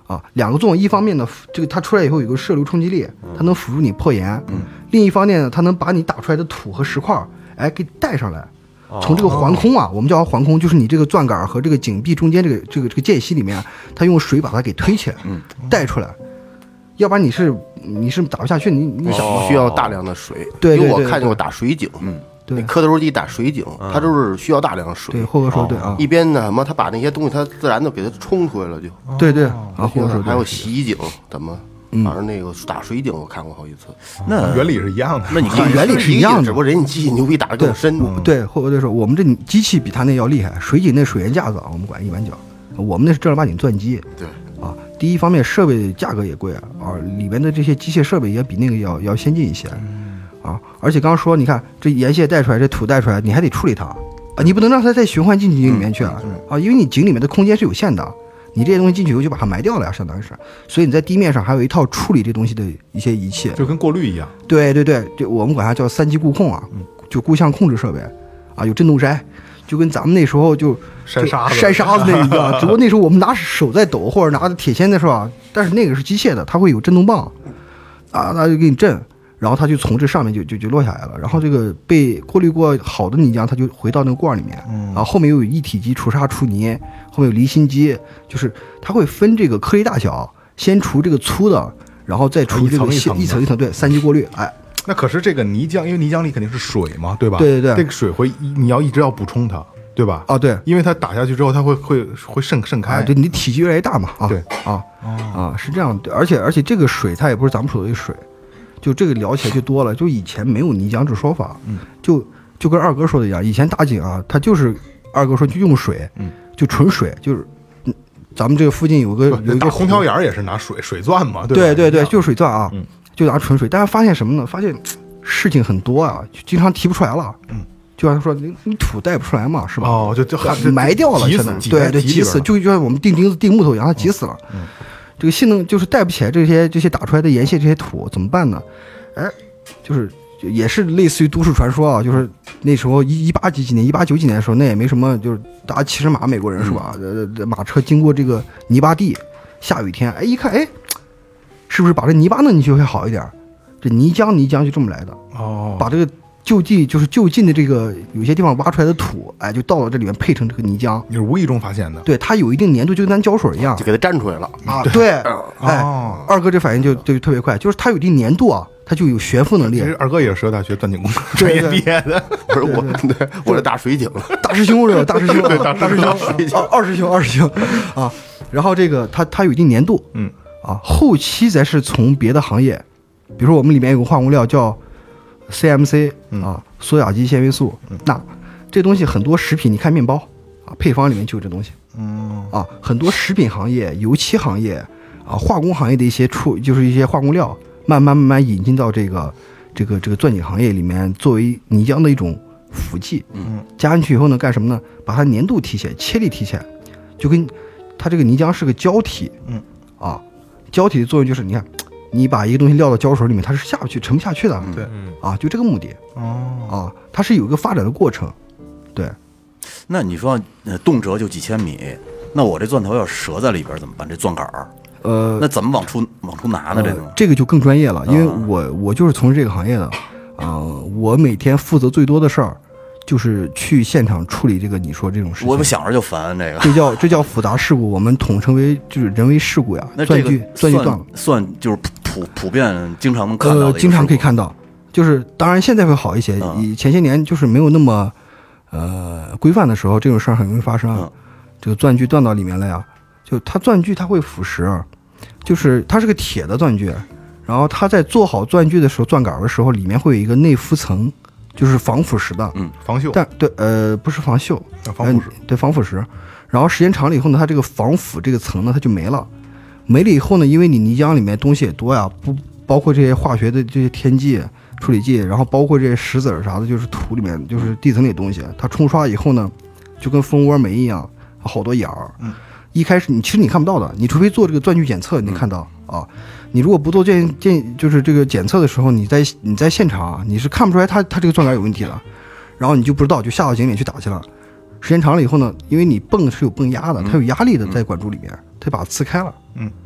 啊，两个作用，一方面呢，这个它出来以后有个射流冲击力，它能辅助你破岩；嗯，另一方面呢，它能把你打出来的土和石块，哎，给带上来。从这个环空啊，我们叫它环空，就是你这个钻杆和这个井壁中间这个这个这个间隙里面，它用水把它给推起来，嗯，带出来。要不然你是你是打不下去，你你想需要大量的水。 对对对， 因为我看见过打水井，嗯。 对， 磕头机打水井，它都是需要大量水。 对，霍哥说对啊。 一边呢，什么，他把那些东西，他自然的给它冲出来了，就。 对对啊，霍哥说还有洗井，怎么？反正那个打水井我看过好几次。 那原理是一样的。 那你看原理是一样的， 只不过人家机器牛逼，打得更深。 对，霍哥就说我们这机器比他那要厉害，水井那水源架子啊，我们管一般叫，我们那是正儿八经钻机。 对。 啊，第一方面设备价格也贵啊，啊，里面的这些机械设备也比那个要要先进一些。啊，而且刚刚说，你看这岩屑带出来，这土带出来，你还得处理它啊，你不能让它再循环进井里面去啊，啊，因为你井里面的空间是有限的，你这些东西进去以后就把它埋掉了呀，相当于是，所以你在地面上还有一套处理这东西的一些仪器， 就跟过滤一样。 对对对，这我们管它叫三级固控啊，就固相控制设备啊，有震动筛，就跟咱们那时候就筛沙子筛沙子那一样，只不过那时候我们拿手在抖或者拿着铁锨的是吧？但是那个是机械的，它会有震动棒啊，它就给你震。然后它就从这上面就就就落下来了，然后这个被过滤过好的泥浆，它就回到那个罐里面，嗯，啊，后面又有一体机除沙除泥，后面有离心机，就是它会分这个颗粒大小，先除这个粗的，然后再除这个细，一层一层，对，三级过滤，哎， 那可是这个泥浆，因为泥浆里肯定是水嘛，对吧？ 对对对， 这个水会你要一直要补充它，对吧？ 啊，对， 因为它打下去之后，它会会会渗渗开， 对，你体积越来越大嘛，啊， 对， 啊啊是这样，而且而且这个水它也不是咱们说的水。就这个聊起来就多了，就以前没有泥浆这说法，嗯，就就跟二哥说的一样，以前打井啊，它就是二哥说就用水，嗯，就纯水，就是，嗯，咱们这个附近有个有一个空调眼也是拿水水钻嘛，对对对对，就是水钻啊，嗯，就拿纯水，但是发现什么呢？发现事情很多啊，就经常提不出来了，嗯，就像说你你土带不出来嘛，是吧？ 哦，就就埋掉了， 挤死， 对对，挤死，就就像我们钉钉子钉木头一样，它挤死了，嗯。这个性能就是带不起来这些这些打出来的岩屑这些土怎么办呢？哎，就是也是类似于都市传说啊，就是那时候一一八几几年一八九几年的时候，那也没什么，就是大家骑着马，美国人是吧？呃、嗯，马车经过这个泥巴地，下雨天，哎，一看，哎，是不是把这泥巴弄进去会好一点？这泥浆泥浆就这么来的哦，把这个。就地就是就近的这个有些地方挖出来的土，哎，就倒到这里面配成这个泥浆， 你是无意中发现的。 对，它有一定粘度，就跟咱胶水一样， 就给它粘出来了啊。对，哎，二哥这反应就就特别快，就是它有一定粘度啊，它就有悬浮能力。 其实二哥也是石油大学钻井工程专业毕业的， 不是我，对，我是大水井， 大师兄是吧？大师兄，大师兄，二师兄，二师兄啊。然后这个它它有一定粘度，嗯啊，后期咱是从别的行业，比如说我们里面有个化工料叫。C M C 啊，羧甲基纤维素，钠，这东西很多食品，你看面包啊，配方里面就有这东西。嗯啊，很多食品行业、油漆行业啊、化工行业的一些处，就是一些化工料，慢慢慢慢引进到这个这个这个钻井行业里面，作为泥浆的一种辅剂。嗯，加进去以后呢，干什么呢？把它粘度提起来，切力提起来，就跟它这个泥浆是个胶体。嗯啊，胶体的作用就是你看。你把一个东西撂到胶水里面，它是下不去、沉不下去的。 对， 啊，就这个目的。哦，啊，它是有一个发展的过程。对， 那你说，呃，动辄就几千米，那我这钻头要折在里边怎么办？这钻杆儿，呃，那怎么往出往出拿呢？这种、呃、 这个就更专业了，因为我我就是从事这个行业的，啊、呃，我每天负责最多的事儿。就是去现场处理这个你说这种事情， 我想着就烦这个， 这叫这叫复杂事故，我们统称为就是人为事故呀。 那这个钻具断了， 算就是普普遍经常能看到的、 呃，经常可以看到，就是当然现在会好一些，以、嗯、前些年就是没有那么呃规范的时候，这种事儿很容易发生。嗯、这个钻具断到里面了呀，就它钻具它会腐蚀，就是它是个铁的钻具，然后它在做好钻具的时候，钻杆的时候，里面会有一个内浮层。就是防腐蚀的， 嗯，防锈， 但对，呃，不是防锈， 啊、防腐蚀、 呃，对，防腐蚀。然后时间长了以后呢，它这个防腐这个层呢，它就没了。没了以后呢，因为你泥浆里面东西也多呀，不包括这些化学的这些添剂、处理剂，然后包括这些石子啥的，就是土里面就是地层里的东西，它冲刷以后呢，就跟蜂窝煤一样，好多眼儿。嗯，一开始你其实你看不到的，你除非做这个钻具检测，你能看到、嗯、啊。你如果不做检检就是这个检测的时候，你在你在现场你是看不出来它它这个钻杆有问题的，然后你就不知道就下到井里去打去了。时间长了以后呢，因为你泵是有泵压的，它有压力的在管柱里面，它把它呲开了。嗯，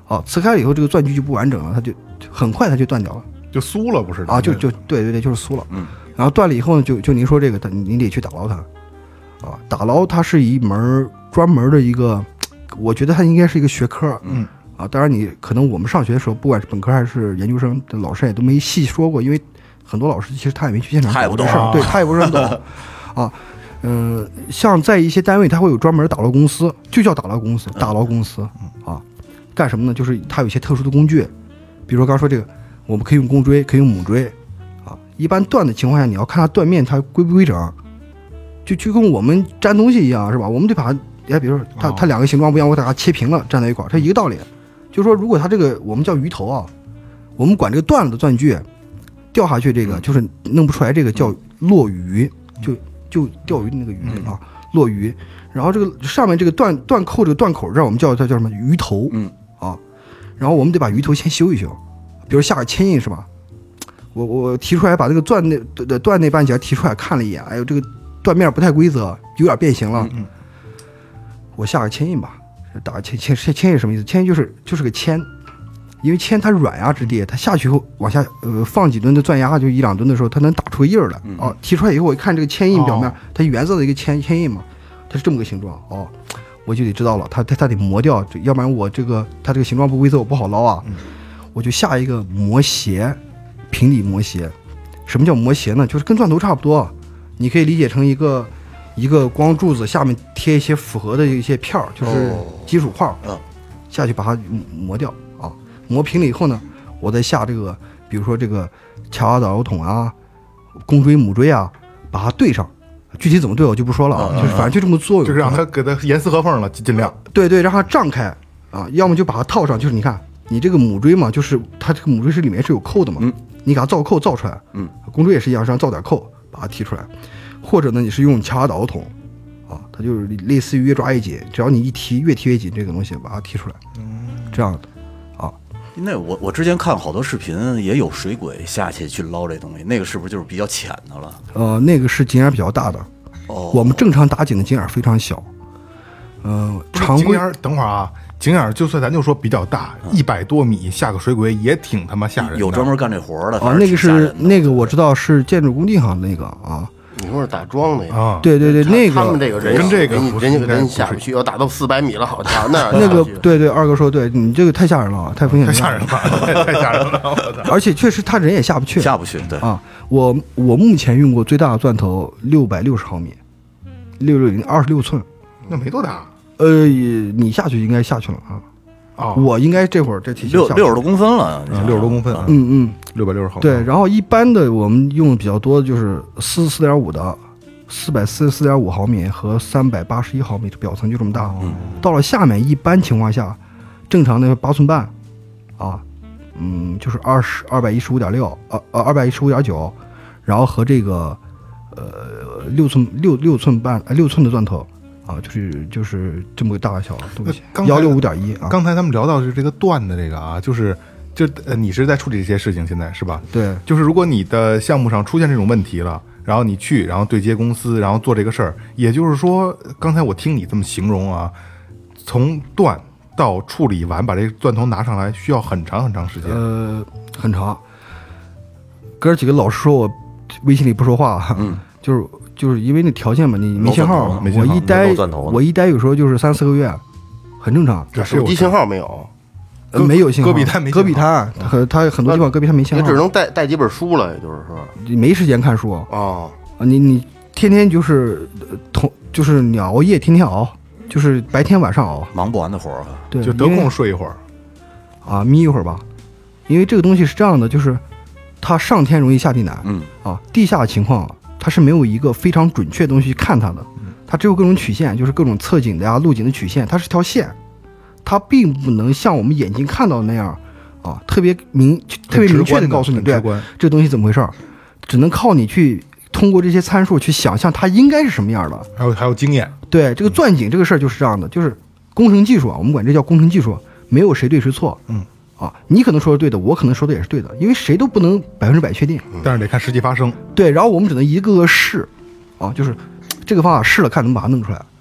啊，刺开了以后这个钻具就不完整了，它就很快它就断掉了就酥了不是啊，就就对对对，就是酥了。嗯，然后断了以后呢，就就您说这个，它你得去打捞它啊，打捞它是一门专门的一个，我觉得它应该是一个学科。嗯。啊，当然你可能我们上学的时候，不管是本科还是研究生，这老师也都没细说过，因为很多老师其实他也没去现场搞这事儿，对他也不是很懂啊。嗯、呃，像在一些单位，他会有专门打捞公司，就叫打捞公司，打捞公司啊，干什么呢？就是它有一些特殊的工具，比如说刚刚说这个，我们可以用公锥，可以用母锥啊。一般断的情况下，你要看它断面它规不规整，就就跟我们粘东西一样，是吧？我们得把它，哎，比如说它它两个形状不一样，我给它切平了，粘在一块儿，它一个道理。就是说，如果它这个我们叫鱼头啊，我们管这个断了的钻具掉下去，这个就是弄不出来，这个叫落鱼，就就钓鱼的那个鱼啊，落鱼。然后这个上面这个断断扣这个断口这儿，我们叫它叫什么鱼头，嗯啊。然后我们得把鱼头先修一修，比如下个铅印是吧？我我提出来把这个钻那的断那半截提出来看了一眼，哎呦，这个断面不太规则，有点变形了，我下个铅印吧。打个铅铅铅印什么意思？铅印就是就是个铅，因为铅它软压之地，它下去以后往下呃放几吨的钻压，就一两吨的时候，它能打出个印儿来。哦，提出来以后，我一看这个铅印表面，它原色的一个铅铅印嘛，它是这么个形状。哦，我就得知道了，它它它得磨掉，要不然我这个它这个形状不规则，我不好捞啊。我就下一个磨斜，平底磨斜。什么叫磨斜呢？就是跟钻头差不多，你可以理解成一个。一个光柱子下面贴一些复合的一些片儿，就是金属块，嗯，下去把它磨掉啊。磨平了以后呢，我再下这个，比如说这个卡瓦导油桶啊、公锥、母锥啊，把它对上。具体怎么对我就不说了啊，就是反正就这么做， 就是让它给它严丝合缝了，尽量。 对对，让它胀开啊，要么就把它套上。就是你看，你这个母锥嘛，就是它这个母锥是里面是有扣的嘛，嗯，你给它造扣造出来，嗯，公锥也是一样，上造点扣，把它提出来。或者呢，你是用卡瓦导桶，啊，它就是类似于越抓越紧，只要你一提，越提越紧，这个东西把它提出来，这样的，啊。 那我我之前看好多视频，也有水鬼下去去捞这东西，那个是不是就是比较浅的了？ 呃，那个是井眼比较大的，哦，我们正常打井的井眼非常小，呃，常规。 等会儿啊。井眼就算咱就说比较大，一百多米下个水鬼也挺他妈吓人的。 有专门干这活的啊，那个是那个我知道是建筑工地上那个啊。 你说是打桩的呀？ 啊， 对对对，那个他们这个人跟这个人家人下不去，要打到四百米了，好家伙，那那个对对，二哥说对，你这个太吓人了，太风险太吓人了，太吓人了。 而且确实他人也下不去， 下不去。对啊， 我我目前用过最大的钻头六百六十毫米，六六零二十六寸， 那没多大。 呃，你下去应该下去了啊。 哦， 我应该这会儿这体型六六十多公分了， 六十多公分， 嗯嗯， 六百六十毫米。 对，然后一般的我们用的比较多的就是四四点五的，四百四十四点五毫米和三百八十一毫米，表层就这么大。嗯，到了下面，一般情况下，正常的八寸半，啊，嗯，就是二十二百一十五点六，呃呃二百一十五点九，然后和这个呃六寸六六寸半呃六寸的钻头。啊，就是就是这么个大小的东西，幺六五点一啊。 刚才他们聊到是这个断的这个啊，就是就呃你是在处理这些事情，现在是吧？ 对， 就是如果你的项目上出现这种问题了，然后你去，然后对接公司，然后做这个事儿，也就是说，刚才我听你这么形容啊，从断到处理完，把这个钻头拿上来，需要很长很长时间。 呃，很长。哥几个老实说，我微信里不说话，嗯，就是。就是因为那条件嘛，你没信号嘛，我一待我一待有时候就是三四个月，很正常。 手机信号没有， 呃，没有信号。 戈壁滩没戈壁滩，它它很多地方戈壁滩没信号。 你只能带带几本书了，也就是说， 没时间看书哦。 啊，你你天天就是同就是你熬夜，天天熬，就是白天晚上熬， 忙不完的活儿。 对， 就得空睡一会儿， 啊，眯一会儿吧。因为这个东西是这样的，就是它上天容易下地难，嗯啊，地下情况。它是没有一个非常准确的东西去看它的，它只有各种曲线，就是各种侧景的呀、路景的曲线，它是条线，它并不能像我们眼睛看到的那样啊，特别明、特别明确的告诉你，对，这东西怎么回事，只能靠你去通过这些参数去想象它应该是什么样的。 还有还有经验， 对这个钻井这个事儿就是这样的，就是工程技术啊，我们管这叫工程技术，没有谁对谁错，嗯。啊，你可能说的对的，我可能说的也是对的，因为谁都不能百分之百确定， 但是得看实际发生。 对，然后我们只能一个个试，啊，就是这个方法试了，看能把它弄出来，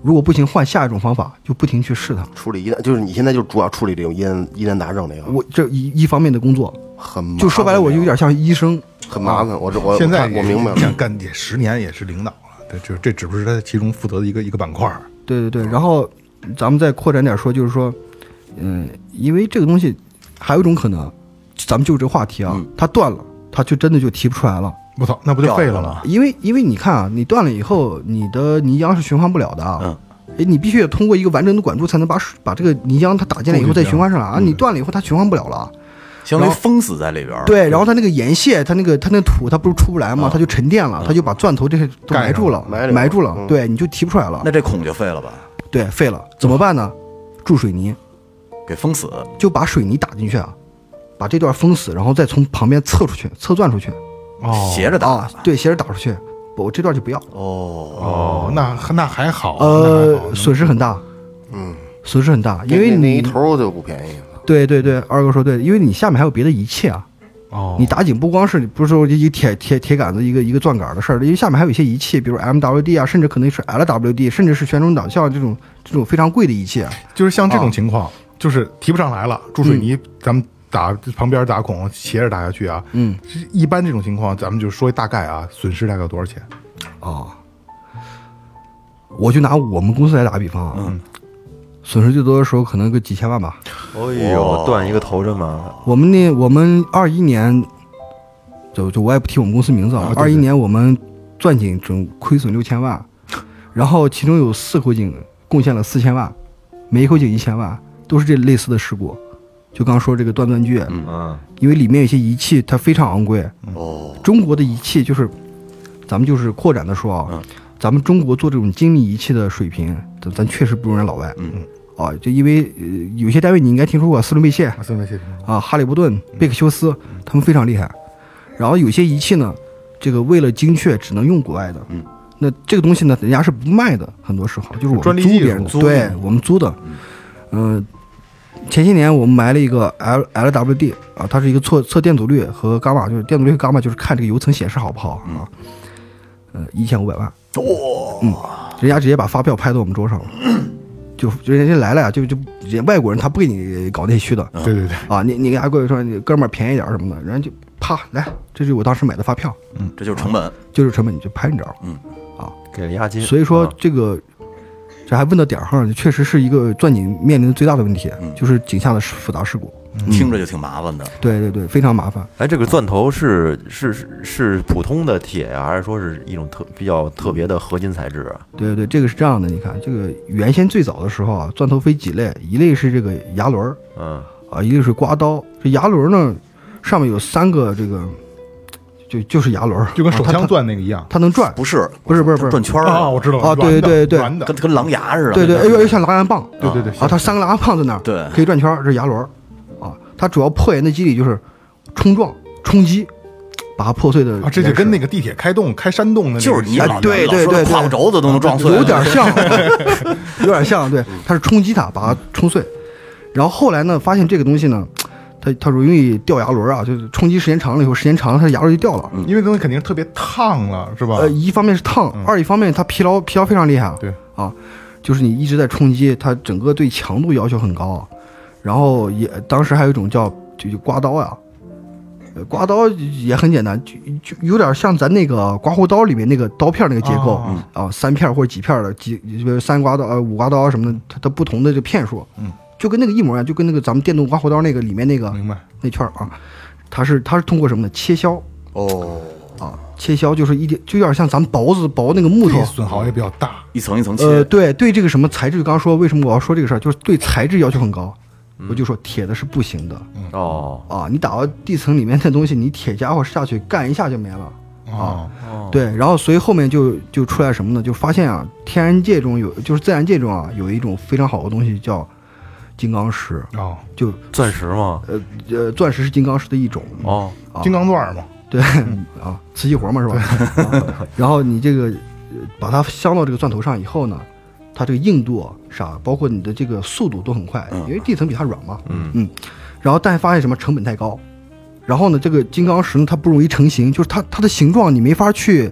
如果不行换下一种方法，就不停去试它。 处理疑难，就是你现在就主要处理这种疑难疑难杂症这个， 我这一一方面的工作， 很麻烦就说白了，我就有点像医生， 很麻烦。我这我现在我明白了， 干干也十年也是领导了，对，就这只不是他其中负责的一个一个板块。 对对对，然后咱们再扩展点说，就是说，嗯，因为这个东西还有一种可能，咱们就这个话题啊， 嗯、 它断了，它就真的就提不出来了。 我操，那不就废了吗？ 因为因为你看啊，你断了以后，你的泥浆是循环不了的啊。 嗯。 哎，你必须得通过一个完整的管柱才能把水把这个泥浆它打进来以后再循环上来啊！你断了以后它循环不了了， 相当于封死在里边。 对，然后它那个岩屑，它那个它那土它不是出不来吗？它就沉淀了，它就把钻头这些都埋住了，埋住了。对，你就提不出来了。 那这孔就废了吧？ 对，废了。怎么办呢？注水泥， 给封死， 就把水泥打进去啊，把这段封死，然后再从旁边侧出去，侧钻出去。 哦， 斜着打。 啊，对，斜着打出去。我这段就不要哦哦，那那还好， 呃，损失很大， 嗯， 损失很大，因为那一头就不便宜了。 对对对，二哥说对，因为你下面还有别的仪器啊， 哦， 你打井不光是不是说一个铁铁铁杆子一个一个钻杆的事儿，因为下面还有一些仪器，比如 M W D 啊，甚至可能是 L W D， 甚至是旋转导向这种这种非常贵的仪器， 就是像这种情况，就是提不上来了，注水泥咱们。打旁边打孔斜着打下去啊， 嗯， 一般这种情况，咱们就说大概啊，损失大概有多少钱？ 哦，我就拿我们公司来打个比方啊， 嗯， 损失最多的时候可能个几千万吧。 哎呦，断一个头这么， 我们那我们二一年，就就我也不提我们公司名字啊，二一年我们钻井总亏损六千万，然后其中有四口井贡献了四千万，每一口井一千万，都是这类似的事故。就刚说这个断钻锯， 嗯， 因为里面有些仪器它非常昂贵。 哦， 中国的仪器就是，咱们就是扩展的说啊， 嗯、 咱们中国做这种精密仪器的水平，咱咱确实不如人老外。 嗯啊，就因为、呃、有些单位你应该听说过，斯伦贝谢啊，斯伦贝谢啊，哈利伯顿、贝克休斯，他们非常厉害。然后有些仪器呢，这个为了精确，只能用国外的。 嗯， 那这个东西呢，人家是不卖的，很多时候就是我们租别人的，对我们租的。嗯。呃前些年我们买了一个 L L W D 啊，它是一个测测电阻率和伽马，就是电阻率和伽马就是看这个油层显示好不好啊。呃，一千五百万， 哇、哦， 嗯，人家直接把发票拍到我们桌上了，就就人家来了呀，就就人外国人他不给你搞那虚的， 对对对， 啊，你你给他过去说你哥们儿便宜点什么的，人家就啪来，这就是我当时买的发票， 嗯，这就是成本， 就是成本，你就拍你这儿了， 嗯， 啊， 给了押金， 所以说这个。这还问到点儿上，确实是一个钻井面临的最大的问题， 嗯、 就是井下的复杂事故， 嗯、听着就挺麻烦的。 对对对，非常麻烦。 哎，这个钻头是是是是普通的铁呀、啊，还是说是一种特比较特别的合金材质啊？ 对对对，这个是这样的，你看这个原先最早的时候啊，钻头分几类，一类是这个牙轮， 嗯啊，一类是刮刀。这牙轮呢，上面有三个这个。就就是牙轮， 就跟手枪钻那个一样， 它能转， 不是不是不是不是转圈啊，我知道了啊，对对对对， 跟跟狼牙似的， 对对，哎呦，像狼牙棒， 对对对， 啊，它三个狼牙棒在那儿， 对， 可以转圈，这是牙轮，啊，它主要破岩的机理就是冲撞、冲击，把它破碎的， 啊，这就跟那个地铁开洞、开山洞的， 就是你老对对对， 胯骨轴子都能撞碎， 有点像，有点像，对，它是冲击它，把它冲碎，然后后来呢，发现这个东西呢。它它容易掉牙轮啊，就是冲击时间长了以后，时间长了它的牙轮就掉了。 嗯，因为东西肯定是特别烫了，是吧？ 呃，一方面是烫，嗯、二一方面它疲劳疲劳非常厉害。 对啊，就是你一直在冲击，它整个对强度要求很高。然后也当时还有一种叫就就刮刀呀，呃，刮刀也很简单，就就有点像咱那个刮胡刀里面那个刀片那个结构、 哦、 啊，三片或者几片的几，比如三刮刀呃五刮刀什么的，它它不同的这片数。 嗯。 就跟那个一模一样，就跟那个咱们电动刮胡刀那个里面那个明白那圈啊，它是它是通过什么呢？切削哦啊，切削就是一点就有点像咱们刨子刨那个木头， 损耗也比较大， 一层一层切。 呃，对对，这个什么材质，刚刚说为什么我要说这个事儿，就是对材质要求很高。嗯、我就说铁的是不行的、 嗯、哦啊，你打到地层里面的东西，你铁家伙下去干一下就没了。 哦， 对，然后所以后面就就出来什么呢？就发现啊，天然界中有，就是自然界中啊，有一种非常好的东西叫。金刚石哦， 就钻石吗？ 呃呃，钻石是金刚石的一种哦， 啊、 金刚钻嘛， 对、嗯、啊，瓷器活嘛是吧、啊？然后你这个把它镶到这个钻头上以后呢，它这个硬度啥，包括你的这个速度都很快，因为地层比它软嘛。 嗯嗯。然后但发现什么成本太高，然后呢，这个金刚石呢它不容易成型，就是它它的形状你没法去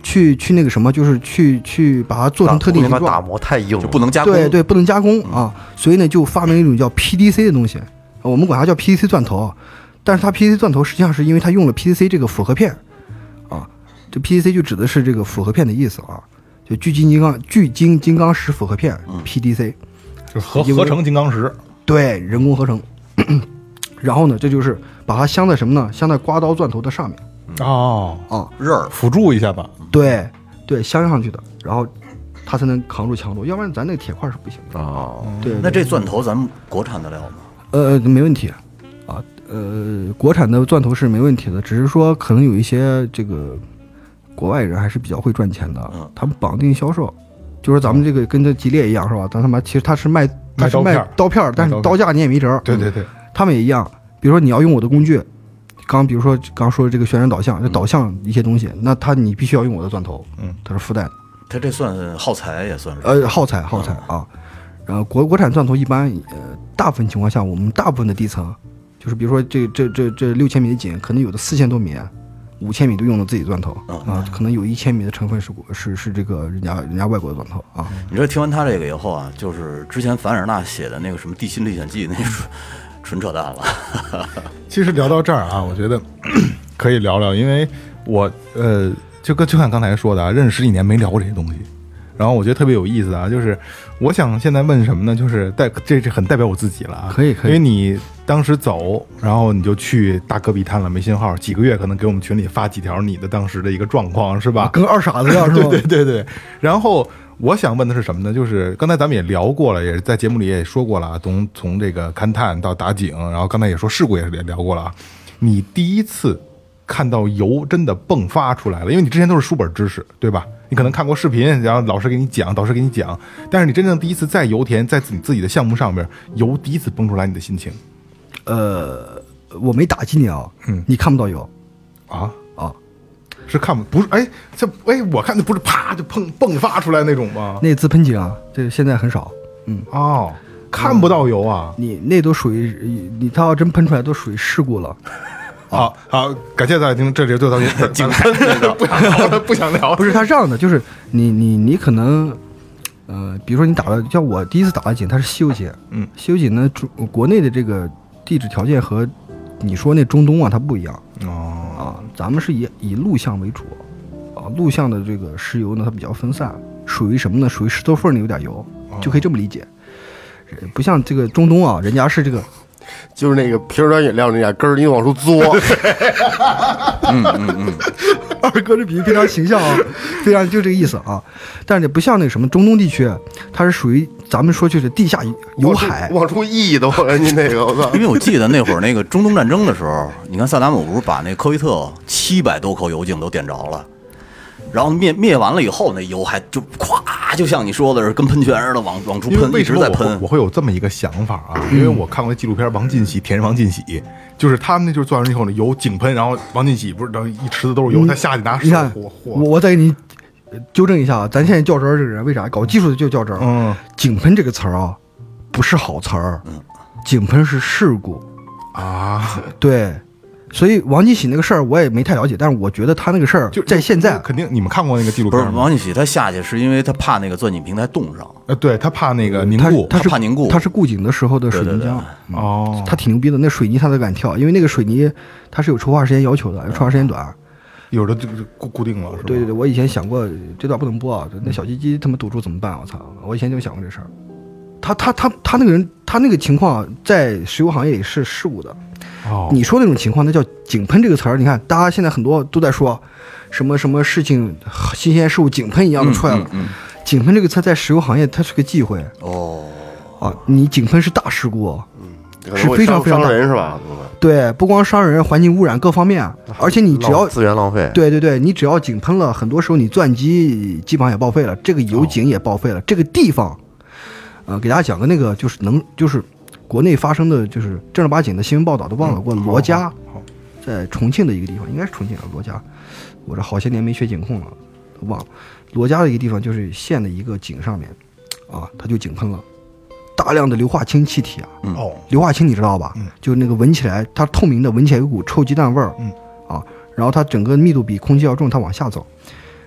去去那个什么，就是去去把它做成特定形状， 把打磨太硬了， 就不能加工。 对对，不能加工啊，所以呢就发明了一种叫 P D C 的东西，我们管它叫 P D C 钻头，但是它 P D C 钻头实际上是因为它用了 P D C 这个复合片啊，这 P D C 就指的是这个复合片的意思啊，就聚金金刚聚金金刚石复合片 P D C， 就是合合成金刚石， 对，人工合成。然后呢，这就是把它镶在什么呢？镶在刮刀钻头的上面。 哦啊， 刃儿辅助一下吧。 对对，镶上去的，然后它才能扛住强度，要不然咱那个铁块是不行的。 哦， 对， 那这钻头咱们国产得了吗？ 呃，没问题啊，呃，国产的钻头是没问题的，只是说可能有一些这个国外人还是比较会赚钱的， 嗯他们绑定销售，就是咱们这个跟这吉列一样是吧？但他妈其实他是卖他是卖刀片，但是刀价你也没辙。 对对对， 他们也一样，比如说你要用我的工具。刚比如说刚说的这个旋转导向，这导向一些东西，那它你必须要用我的钻头， 嗯， 它是附带的。 它这算耗材也算是呃耗材耗材啊。然后国国产钻头一般呃大部分情况下，我们大部分的地层，就是比如说这这这这六千米的井，可能有的四千多米，五千米都用了自己钻头啊，可能有一千米的成分是是是这个人家人家外国的钻头啊。 你说听完他这个以后啊，就是之前凡尔纳写的那个什么《地心历险记》那纯纯扯淡了。 其实聊到这儿啊，我觉得可以聊聊，因为我呃，就跟就像刚才说的啊，认识十几年没聊过这些东西，然后我觉得特别有意思啊，就是我想现在问什么呢？就是代这是很代表我自己了啊， 可以可以， 因为你当时走，然后你就去大戈壁滩了，没信号，几个月可能给我们群里发几条你的当时的一个状况，是吧？ 跟二傻子一样，是吧？ 对对对对，然后。我想问的是什么呢？就是刚才咱们也聊过了，也是在节目里也说过了啊，从从这个勘探到打井，然后刚才也说事故也是也聊过了啊。你第一次看到油真的迸发出来了，因为你之前都是书本知识，对吧？你可能看过视频，然后老师给你讲，导师给你讲，但是你真正第一次在油田，在你自己的项目上面，油第一次蹦出来，你的心情？ 呃，我没打击你啊，嗯，你看不到油啊啊。 是看不是哎，这哎，我看的不是啪就砰迸发出来那种吗？ 那自喷井啊，这个现在很少。嗯哦，看不到油啊， 嗯、你那都属于你，它要真喷出来都属于事故了。 好好，感谢大家听，这里就到这。井喷不想聊了，不想聊。 不是他这样的，就是你你你可能，呃，比如说你打了，像我第一次打的井，它是西油井。嗯，西油井呢，国内的这个地质条件和你说那中东啊，它不一样。哦。啊，咱们是以以陆相为主，啊，陆相的这个石油呢，它比较分散，属于什么呢？属于石头缝里有点油，就可以这么理解。不像这个中东啊，人家是这个， 就是那个瓶装饮料那点根儿，你往出嘬。 嗯嗯嗯， 二哥这比喻非常形象啊，非常就这个意思啊。但是不像那个什么中东地区，它是属于咱们说就是地下有海， 往出溢都人家那个，我操！ 因为我记得那会儿那个中东战争的时候，你看萨达姆不是把那科威特七百多口油井都点着了，然后灭灭完了以后，那油还就咵，就像你说的是跟喷泉似的往往出喷，一直在喷。 我会有这么一个想法啊，因为我看过纪录片《王进喜田王进喜》，就是他们那就是做完以后呢，油井喷，然后王进喜不是然后一池子都是油，他下去拿手火火。 我我再给你纠正一下啊，咱现在较真儿这个人为啥搞技术的就较真儿？嗯，井喷这个词儿啊，不是好词儿，嗯，井喷是事故啊， 对。所以王进喜那个事儿我也没太了解，但是我觉得他那个事儿就在现在肯定你们看过那个纪录片吗？ 不是王进喜他下去是因为他怕那个钻井平台冻上， 呃，对他怕那个凝固， 他是怕凝固， 他是固井的时候的水泥浆。 对对对嗯、 哦， 他挺牛逼的，那水泥他都敢跳，因为那个水泥它是有筹划时间要求的，筹划时间短， 有的就固固定了，是吧？ 对对对，我以前想过这段不能播啊，那小鸡鸡他们堵住怎么办？我操，我以前就想过这事儿。他他他他那个人，他那个情况在石油行业里是事故的。 哦， 你说那种情况，那叫井喷这个词儿。你看，大家现在很多都在说，什么什么事情新鲜事物井喷一样的出来了。 嗯嗯嗯、 井喷这个词在石油行业它是个忌讳。 哦， 啊，你井喷是大事故， 嗯， 是非常非常伤人是吧？ 对，不光伤人，环境污染各方面，而且你只要资源浪费， 对对对，你只要井喷了，很多时候你钻机基本上也报废了，这个油井也报废了，哦、这个地方，呃，给大家讲个那个就是能就是。国内发生的就是正儿八经的新闻报道都报道过，罗家在重庆的一个地方，应该是重庆啊，罗家。我这好些年没学井控了，都忘了。罗家的一个地方就是县的一个井上面，啊，它就井喷了，大量的硫化氢气体啊。 哦， 硫化氢你知道吧？嗯，就那个闻起来它透明的，闻起来有股臭鸡蛋味儿。嗯，啊，然后它整个密度比空气要重，它往下走。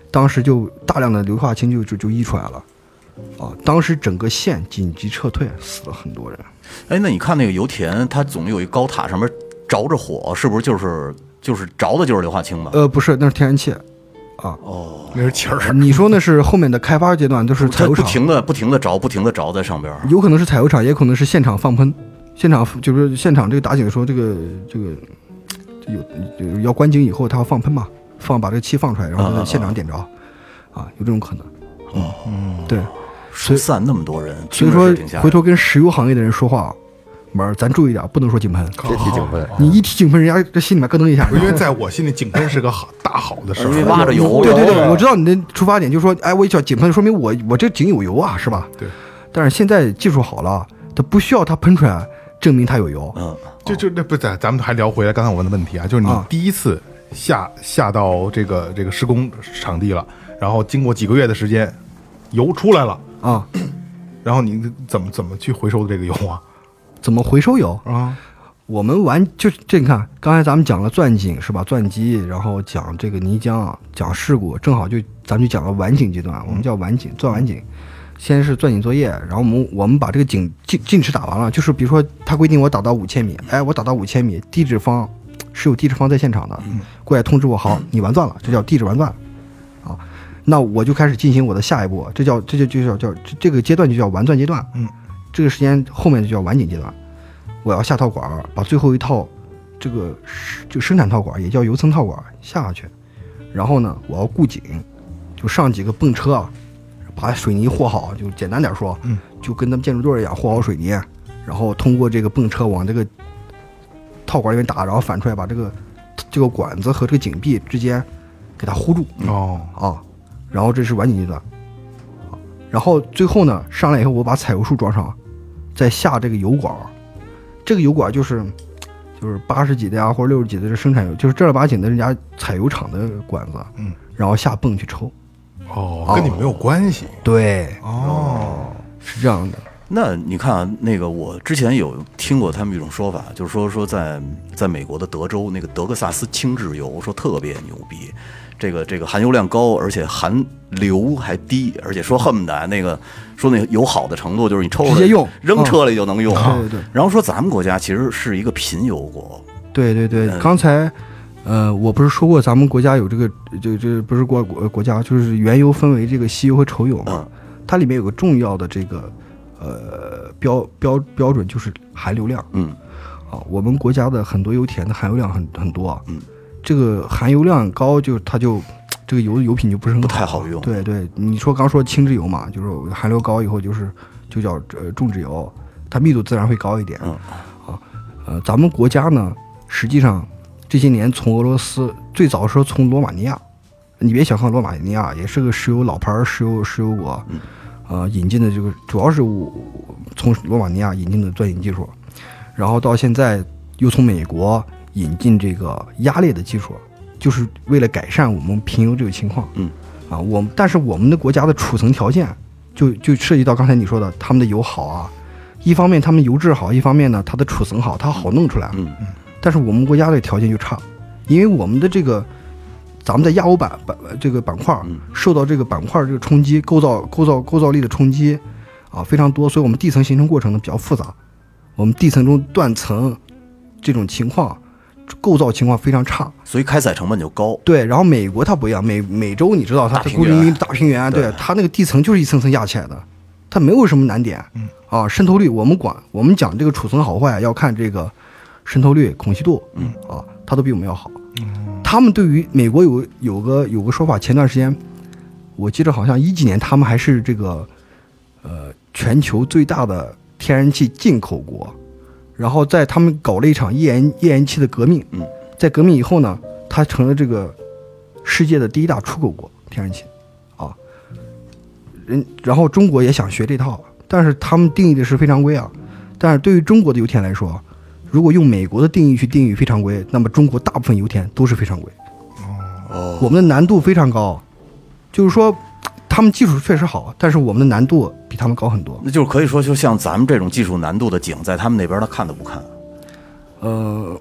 当时就大量的硫化氢就就就溢出来了，啊，当时整个县紧急撤退，死了很多人。 哎，那你看那个油田，它总有一高塔上面着着火，是不是就是就是着的就是硫化氢吧？ 呃，不是，那是天然气。啊哦， 那是气儿。 你说那是后面的开发阶段，都是采它不油厂， 停的不停的着，不停的着在上边。 有可能是采油厂，也可能是现场放喷。现场就是现场这个打井的时候，这个这个有有要关井以后，它要放喷嘛，放把这个气放出来，然后在现场点着，啊，有这种可能。 哦， 嗯，对， 疏散那么多人， 所以说回头跟石油行业的人说话，门儿咱注意点，不能说井喷， 别提井喷， 你一提井喷，人家这心里面咯噔一下。 因为在我心里，井喷是个好大好的事儿， 因为挖着油。 对对对，我知道你的出发点就是说，哎，我一叫井喷，说明我我这井有油啊，是吧？ 对。 但是现在技术好了，它不需要它喷出来，证明它有油。 嗯， 就就那不咱咱们还聊回来刚才我问的问题啊，就是你第一次下下到这个这个施工场地了，然后经过几个月的时间，油出来了啊， 然后你怎么怎么去回收这个油啊？ 怎么回收油啊？ 我们玩就这，你看刚才咱们讲了钻井是吧？钻机，然后讲这个泥浆，讲事故，正好就咱们就讲了完井阶段，我们叫完井，钻完井。先是钻井作业，然后我们我们把这个井进进池打完了，就是比如说他规定我打到五千米，哎，我打到五千米，地质方是有地质方在现场的，过来通知我，好，你完钻了，这叫地质完钻，啊，那我就开始进行我的下一步，这叫这就就叫叫这个阶段就叫完钻阶段， 嗯， 这个时间后面就叫完井阶段，我要下套管，把最后一套这个就生产套管也叫油层套管下下去，然后呢，我要固井，就上几个泵车啊。把水泥和好，就简单点说， 嗯， 就跟咱们建筑队一样和好水泥，然后通过这个泵车往这个套管里面打，然后反出来，把这个这个管子和这个井壁之间给它糊住。 哦啊，然后这是完井阶段，然后最后呢上来以后，我把采油束装上，再下这个油管，这个油管就是就是八十几的呀或者六十几的是生产油，就是正儿八经的人家采油厂的管子， 嗯， 然后下泵去抽。 哦，跟你们没有关系。 对， 哦， 是这样的。 那你看啊，那个我之前有听过他们一种说法，就是说说在在美国的德州那个德克萨斯轻质油，说特别牛逼，这个这个含油量高，而且含硫还低，而且说恨不得那个说那油好的程度就是你抽出来直接用， 扔车里就能用。 嗯、对对对。 然后说咱们国家其实是一个贫油国。 对对对， 嗯、 刚才。呃，我不是说过咱们国家有这个，这这不是国国国家，就是原油分为这个稀油和稠油嘛， 嗯、 它里面有个重要的这个呃标标标准就是含硫量， 嗯， 啊，我们国家的很多油田的含油量很很多， 嗯， 这个含油量高就它就这个油油品就不是很好， 不太好用， 对对，你说刚说轻质油嘛，就是含硫高以后就是就叫呃重质油，它密度自然会高一点， 嗯， 啊，呃，咱们国家呢实际上。这些年从俄罗斯最早说从罗马尼亚，你别小看罗马尼亚，也是个石油老牌石油石油国， 嗯， 呃，引进的这个主要是从罗马尼亚引进的钻井技术，然后到现在又从美国引进这个压裂的技术，就是为了改善我们贫油这个情况， 嗯， 啊，我们但是我们的国家的储层条件就就涉及到刚才你说的他们的油好啊，一方面他们油质好，一方面呢它的储层好，它好弄出来， 嗯嗯。 但是我们国家的条件就差，因为我们的这个，咱们的亚欧板板这个板块受到这个板块这个冲击，构造构造构造力的冲击啊非常多，所以我们地层形成过程呢比较复杂，我们地层中断层这种情况，构造情况非常差， 所以开采成本就高。 对，然后美国它不一样，美美洲你知道它孤零零大平原，对，它那个地层就是一层层压起来的，它没有什么难点，啊，渗透率我们管我们讲这个储层好坏要看这个。渗透率、孔隙度，嗯啊，它都比我们要好。嗯，他们对于美国有有个有个说法，前段时间我记得好像一几年，他们还是这个呃全球最大的天然气进口国。然后在他们搞了一场页岩页岩气的革命。 嗯，在革命以后呢，它成了这个世界的第一大出口国，天然气啊。人然后中国也想学这套，但是他们定义的是非常规啊。但是对于中国的油田来说，如果用美国的定义去定义非常规，那么中国大部分油田都是非常规。 哦， 我们的难度非常高，就是说，他们技术确实好，但是我们的难度比他们高很多。 那就是可以说，就像咱们这种技术难度的井，在他们那边他看都不看。 呃，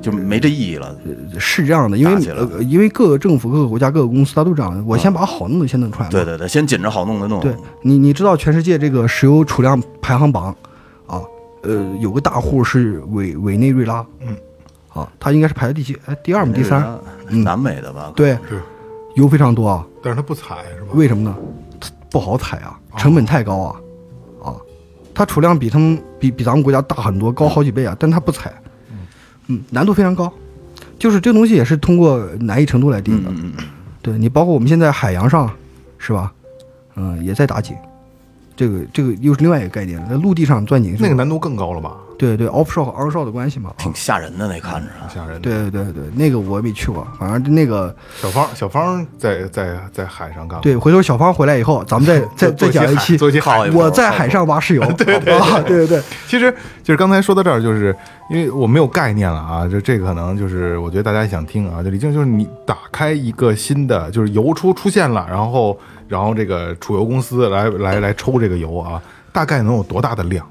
就没这意义了。 是这样的，因为打起来了呃，因为各个政府、各个国家、各个公司，它都这样的。我先把好弄的先弄出来嘛。 对对对，先紧着好弄的弄。 对你，你知道全世界这个石油储量排行榜啊，呃，有个大户是委委内瑞拉， 嗯， 啊，他应该是排在第几？哎，第二吗？第三？嗯， 南美的吧？ 对， 是油非常多啊。 但是它不采是吧？ 为什么呢？不好采啊，成本太高啊，啊，它储量比他们比比咱们国家大很多，高好几倍啊，但它不采，嗯，难度非常高，就是这个东西也是通过难易程度来定的， 嗯嗯嗯， 对你包括我们现在海洋上是吧，嗯、也在打井，这个这个又是另外一个概念，在陆地上钻井是那个难度更高了吧？ 对对 offshore 和 onshore 的关系嘛， 挺吓人的那看着。 挺吓人的。 对对对，那个我没去过，反正那个小芳，小芳在在在海上干过。 对，回头小芳回来以后，咱们再再再讲一期， 做一期海我在海上挖石油，对对啊，对对对， 其实就是刚才说到这儿，就是因为我没有概念了啊，就这个可能就是我觉得大家想听啊，就李静就是你打开一个新的，就是油出出现了，然后然后这个储油公司来来来抽这个油啊，大概能有多大的量？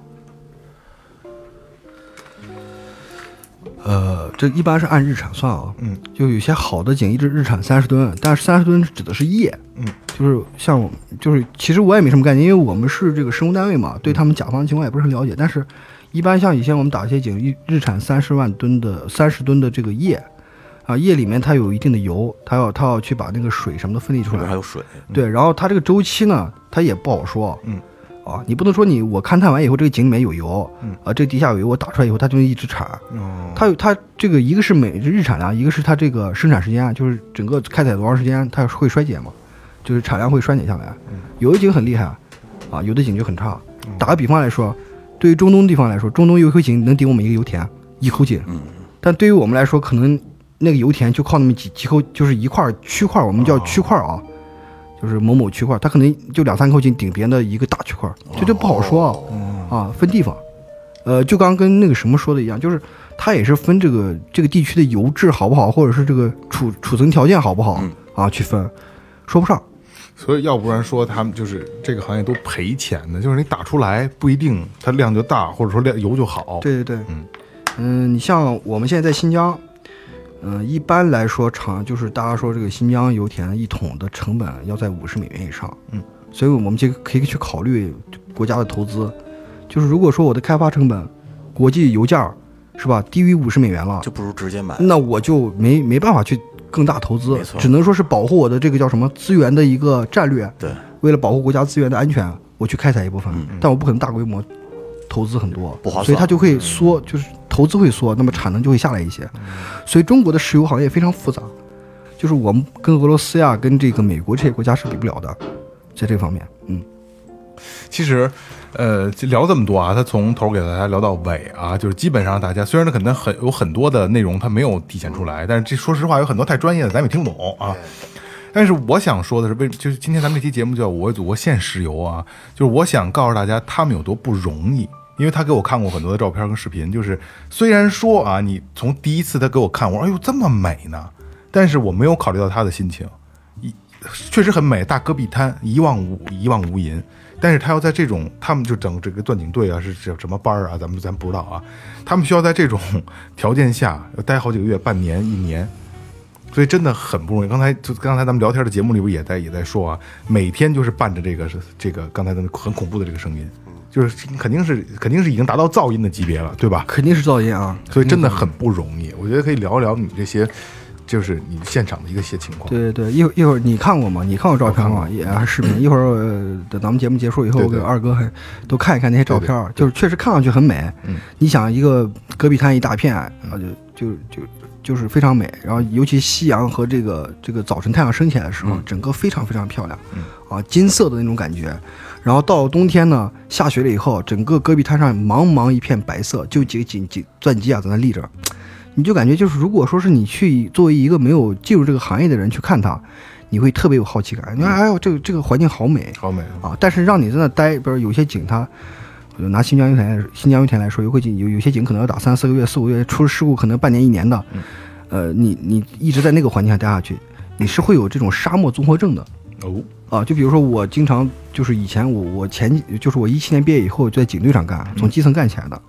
呃，这一般是按日产算啊， 嗯， 就有些好的井一直日产三十吨，但是三十吨指的是液， 嗯， 就是像我就是其实我也没什么概念，因为我们是这个施工单位嘛，对他们甲方情况也不是很了解，但是一般像以前我们打一些井，一日产三十万吨的三十吨的这个液，啊，液里面它有一定的油，它要它要去把那个水什么的分离出来， 里边还有水。 对，然后它这个周期呢，它也不好说， 嗯。 啊，你不能说你我勘探完以后这个井里面有油， 嗯啊，这地下有油，我打出来以后它就一直产， 哦， 它有它这个一个是每日产量，一个是它这个生产时间，就是整个开采多长时间它会衰减嘛，就是产量会衰减下来。有的井很厉害啊，有的井就很差。打个比方来说，对于中东地方来说，中东有一口井能顶我们一个油田一口井，但对于我们来说，可能那个油田就靠那么几几口，就是一块区块，我们叫区块啊。就是某某区块，它可能就两三口井顶别人的一个大区块，这就不好说啊，啊，分地方，呃，就刚跟那个什么说的一样，就是它也是分这个这个地区的油质好不好，或者是这个储储存条件好不好啊，去分，说不上。 所以要不然说他们就是这个行业都赔钱的，就是你打出来不一定它量就大，或者说量油就好。 对对对， 嗯嗯，你像我们现在在新疆。嗯，一般来说，厂就是大家说这个新疆油田一桶的成本要在五十美元以上， 嗯， 所以我们就可以去考虑国家的投资，就是如果说我的开发成本，国际油价是吧低于五十美元了， 就不如直接买， 那我就没没办法去更大投资，只能说是保护我的这个叫什么资源的一个战略， 对， 为了保护国家资源的安全，我去开采一部分， 嗯、 但我不可能大规模投资很多， 不划算， 所以它就会缩，就是投资会缩，那么产能就会下来一些。所以中国的石油行业非常复杂，就是我们跟俄罗斯呀、跟这个美国这些国家是比不了的，在这方面，嗯。 其实，呃，聊这么多啊，他从头给大家聊到尾啊，就是基本上大家虽然他可能很有很多的内容他没有体现出来，但是这说实话有很多太专业的咱也听不懂啊。但是我想说的是，为就是今天咱们这期节目叫《我为祖国献石油》啊，就是我想告诉大家他们有多不容易。因为他给我看过很多的照片跟视频，就是虽然说啊，你从第一次他给我看，我说哎呦这么美呢，但是我没有考虑到他的心情，一确实很美，大戈壁滩一望无一望无垠，但是他要在这种，他们就整这个钻井队啊是什么班啊，咱们咱不知道啊，他们需要在这种条件下要待好几个月、半年、一年。所以真的很不容易。刚才就刚才咱们聊天的节目里边也在也在说啊，每天就是伴着这个这个刚才的很恐怖的这个声音。就是肯定是肯定是已经达到噪音的级别了，对吧？ 肯定是噪音啊， 所以真的很不容易。我觉得可以聊一聊你这些，就是你现场的一个些情况。 对对对，一会儿一会儿你看过吗？你看过照片吗？也还是视频。一会儿、呃、等咱们节目结束以后，我给二哥还都看一看那些照片，对对对，就是确实看上去很美。 嗯， 你想一个戈壁滩一大片，然后就就就就是非常美。然后尤其夕阳和这个这个早晨太阳升起来的时候，嗯、整个非常非常漂亮。嗯，啊，金色的那种感觉。然后到了冬天呢，下雪了以后，整个戈壁滩上茫茫一片白色，就几个几几钻机啊在那立着，你就感觉就是如果说是你去作为一个没有进入这个行业的人去看它，你会特别有好奇感。你看，哎呦，这个这个环境好美， 好美啊！但是让你在那待，比如有些井它，我就拿新疆油田新疆油田来说，有个井有有些井可能要打三四个月、四五个月，出了事故可能半年一年的，呃，你你一直在那个环境下待下去，你是会有这种沙漠综合症的。 哦。 啊，就比如说我经常就是以前我我前就是我一七年毕业以后就在警队上干，从基层干起来的，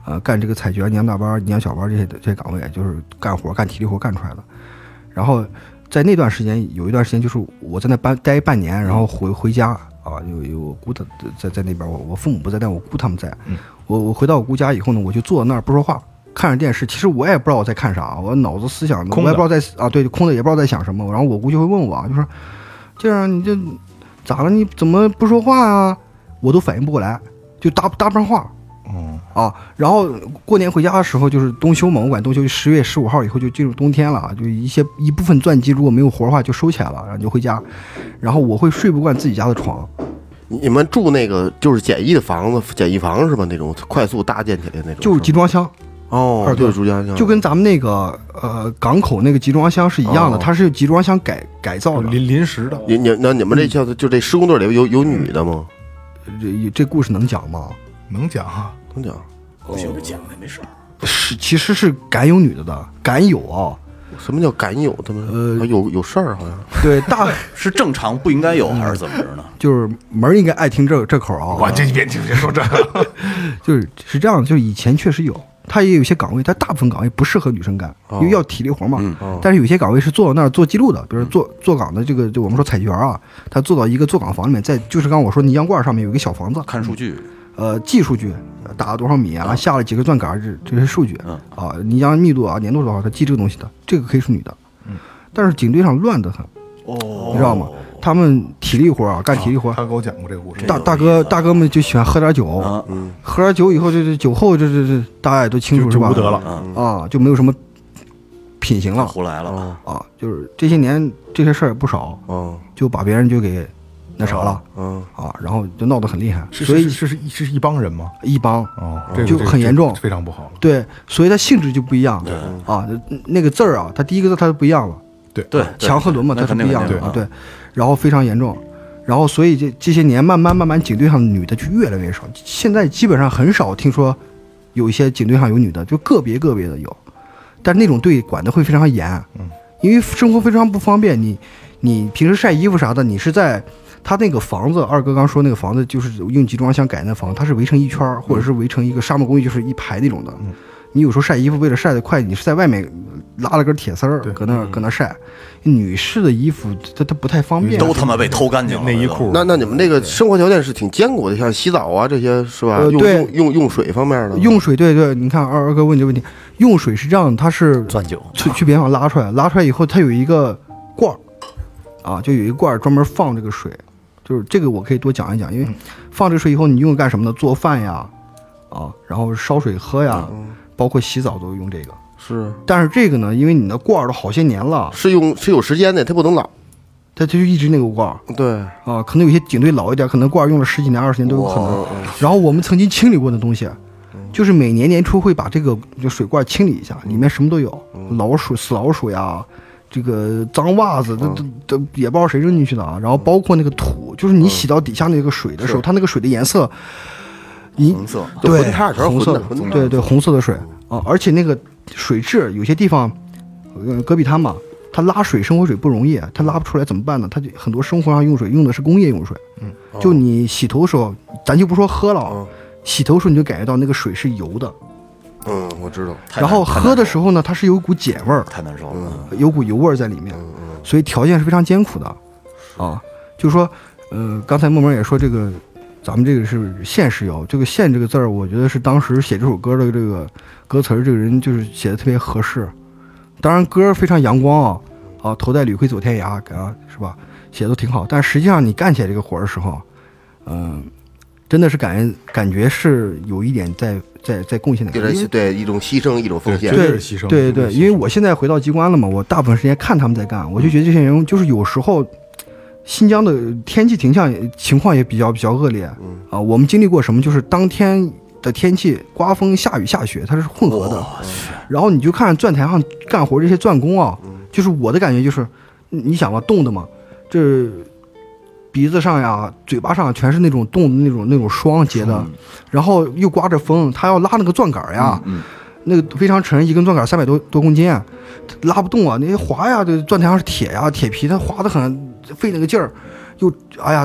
呃，干这个采掘、娘大班、娘小班这些这些岗位，就是干活、干体力活干出来的。然后在那段时间，有一段时间就是我在那班待半年，然后回回家啊，有有我姑的在在那边，我我父母不在，但我姑他们在。我我回到我姑家以后呢，我就坐在那儿不说话，看着电视。其实我也不知道我在看啥，我脑子思想我也不知道在啊，对，空的也不知道在想什么。然后我姑就会问我，就说：“这样你这咋了？你怎么不说话啊？”我都反应不过来，就搭搭不上话。 嗯啊，然后过年回家的时候就是冬休嘛，我管冬休，十月十五号以后就进入冬天了，就一些一部分钻机如果没有活的话就收起来了，然后就回家。然后我会睡不惯自己家的床。 你们住那个就是简易的房子，简易房是吧？那种快速搭建起来那种， 就是集装箱。 哦，就是集装箱， 就跟咱们那个呃港口那个集装箱是一样的，哦、它是集装箱改改造的， 临临时的。 你你那你们这叫就这施工队里有有女的吗？ 这这故事能讲吗？ 能讲啊， 能讲。 不行，讲的没事儿。 是，其实是敢有女的的，敢有啊。 什么叫敢有？他们呃有有事儿好像。 对，大是正常不应该有还是怎么着呢？ 就是门儿应该爱听这这口啊。 我这别别别说这个， 就是是这样，就是以前确实有，他也有些岗位，但大部分岗位不适合女生干，因为要体力活嘛。 嗯哦、 但是有些岗位是坐到那儿做记录的，比如做做岗的这个，就我们说采掘啊，他坐到一个做岗房里面，在就是刚我说泥浆罐上面有一个小房子， 看数据。 呃，记数据打了多少米啊，下了几个钻杆，这这些数据啊，泥浆密度啊，粘度多少，他记这个东西的，这个可以是女的。但是警队上乱得很， 哦， 你知道吗？他们体力活啊，干体力活。 他给我讲过这个故事。 大大哥大哥们就喜欢喝点酒， 嗯， 喝点酒以后，这这酒后这这这大家也都清楚是吧？ 就无德了啊，就没有什么品行了， 胡来了啊，就是这些年这些事儿不少， 哦， 就把别人就给。那啥了， 嗯啊，然后就闹得很厉害， 所以是是是一帮人吗？ 一帮哦， 就很严重， 非常不好。 对，所以它性质就不一样，啊，那个字儿啊，它第一个字它就不一样了， 对对， 强和轮嘛，它是不一样的啊， 对，然后非常严重，然后所以这这些年慢慢慢慢警队上的女的就越来越少，现在基本上很少听说有一些警队上有女的，就个别个别的有，但那种队管的会非常严，嗯，因为生活非常不方便，你你平时晒衣服啥的，你是在。他那个房子，二哥刚说那个房子就是用集装箱改那房，它是围成一圈，或者是围成一个沙漠公寓，就是一排那种的。嗯、你有时候晒衣服，为了晒得快，你是在外面拉了根铁丝儿，搁那搁那晒。女士的衣服它它不太方便， 都他妈被偷干净了。 内衣裤。 那那你们那个生活条件是挺艰苦的，像洗澡啊这些是吧？ 呃、 用对用用水方面的。 用水，对对，你看二二哥问这个问题，用水是这样，它是钻酒去去别地方拉出来，拉出来以后它有一个罐儿，啊，就有一个罐儿专门放这个水。就是这个我可以多讲一讲，因为放这个水以后你用来干什么呢？做饭呀，啊，然后烧水喝呀，嗯、包括洗澡都用这个。 是， 但是这个呢，因为你的罐儿都好些年了， 是用是有时间的，它不能老， 它它就一直那个罐儿。 对啊，可能有些警队老一点，可能罐儿用了十几年、二十年都有可能。然后我们曾经清理过的东西，就是每年年初会把这个就水罐清理一下，里面什么都有，老鼠、死老鼠呀。这个脏袜子都都都也不知道谁扔进去的啊，然后包括那个土，就是你洗到底下那个水的时候，它那个水的颜色， 红色， 对， 红色，对对，红色的水啊，而且那个水质有些地方，呃，戈壁滩嘛，它拉水生活水不容易，它拉不出来怎么办呢？它就很多生活上用水用的是工业用水，嗯，就你洗头的时候，咱就不说喝了，洗头的时候你就感觉到那个水是油的。 嗯，我知道。 然后喝的时候呢，它是有股碱味儿， 太难受了， 有股油味儿在里面，所以条件是非常艰苦的，啊，就是说，呃，刚才默默也说这个，咱们这个是现石油，这个“现”这个字儿，我觉得是当时写这首歌的这个歌词儿，这个人就是写的特别合适。当然，歌非常阳光啊，啊，头戴履盔走天涯啊，是吧？写的都挺好，但实际上你干起来这个活儿的时候，嗯、呃，真的是感感觉是有一点在。在在贡献的， 对对，一种牺牲，一种奉献， 对牺牲， 对对对，因为我现在回到机关了嘛，我大部分时间看他们在干，我就觉得这些人就是有时候新疆的天气情况情况也比较比较恶劣，嗯啊，我们经历过什么？就是当天的天气刮风下雨下雪，它是混合的，然后你就看钻台上干活这些钻工啊，就是我的感觉就是，你想嘛，冻的嘛，这。鼻子上呀、嘴巴上全是那种冻的那种那种霜结的，嗯、然后又刮着风，他要拉那个钻杆呀，嗯嗯、那个非常沉，一根钻杆三百多多公斤，拉不动啊，那些滑呀，这钻台上是铁呀、铁皮，它滑得很，费那个劲儿，又哎呀，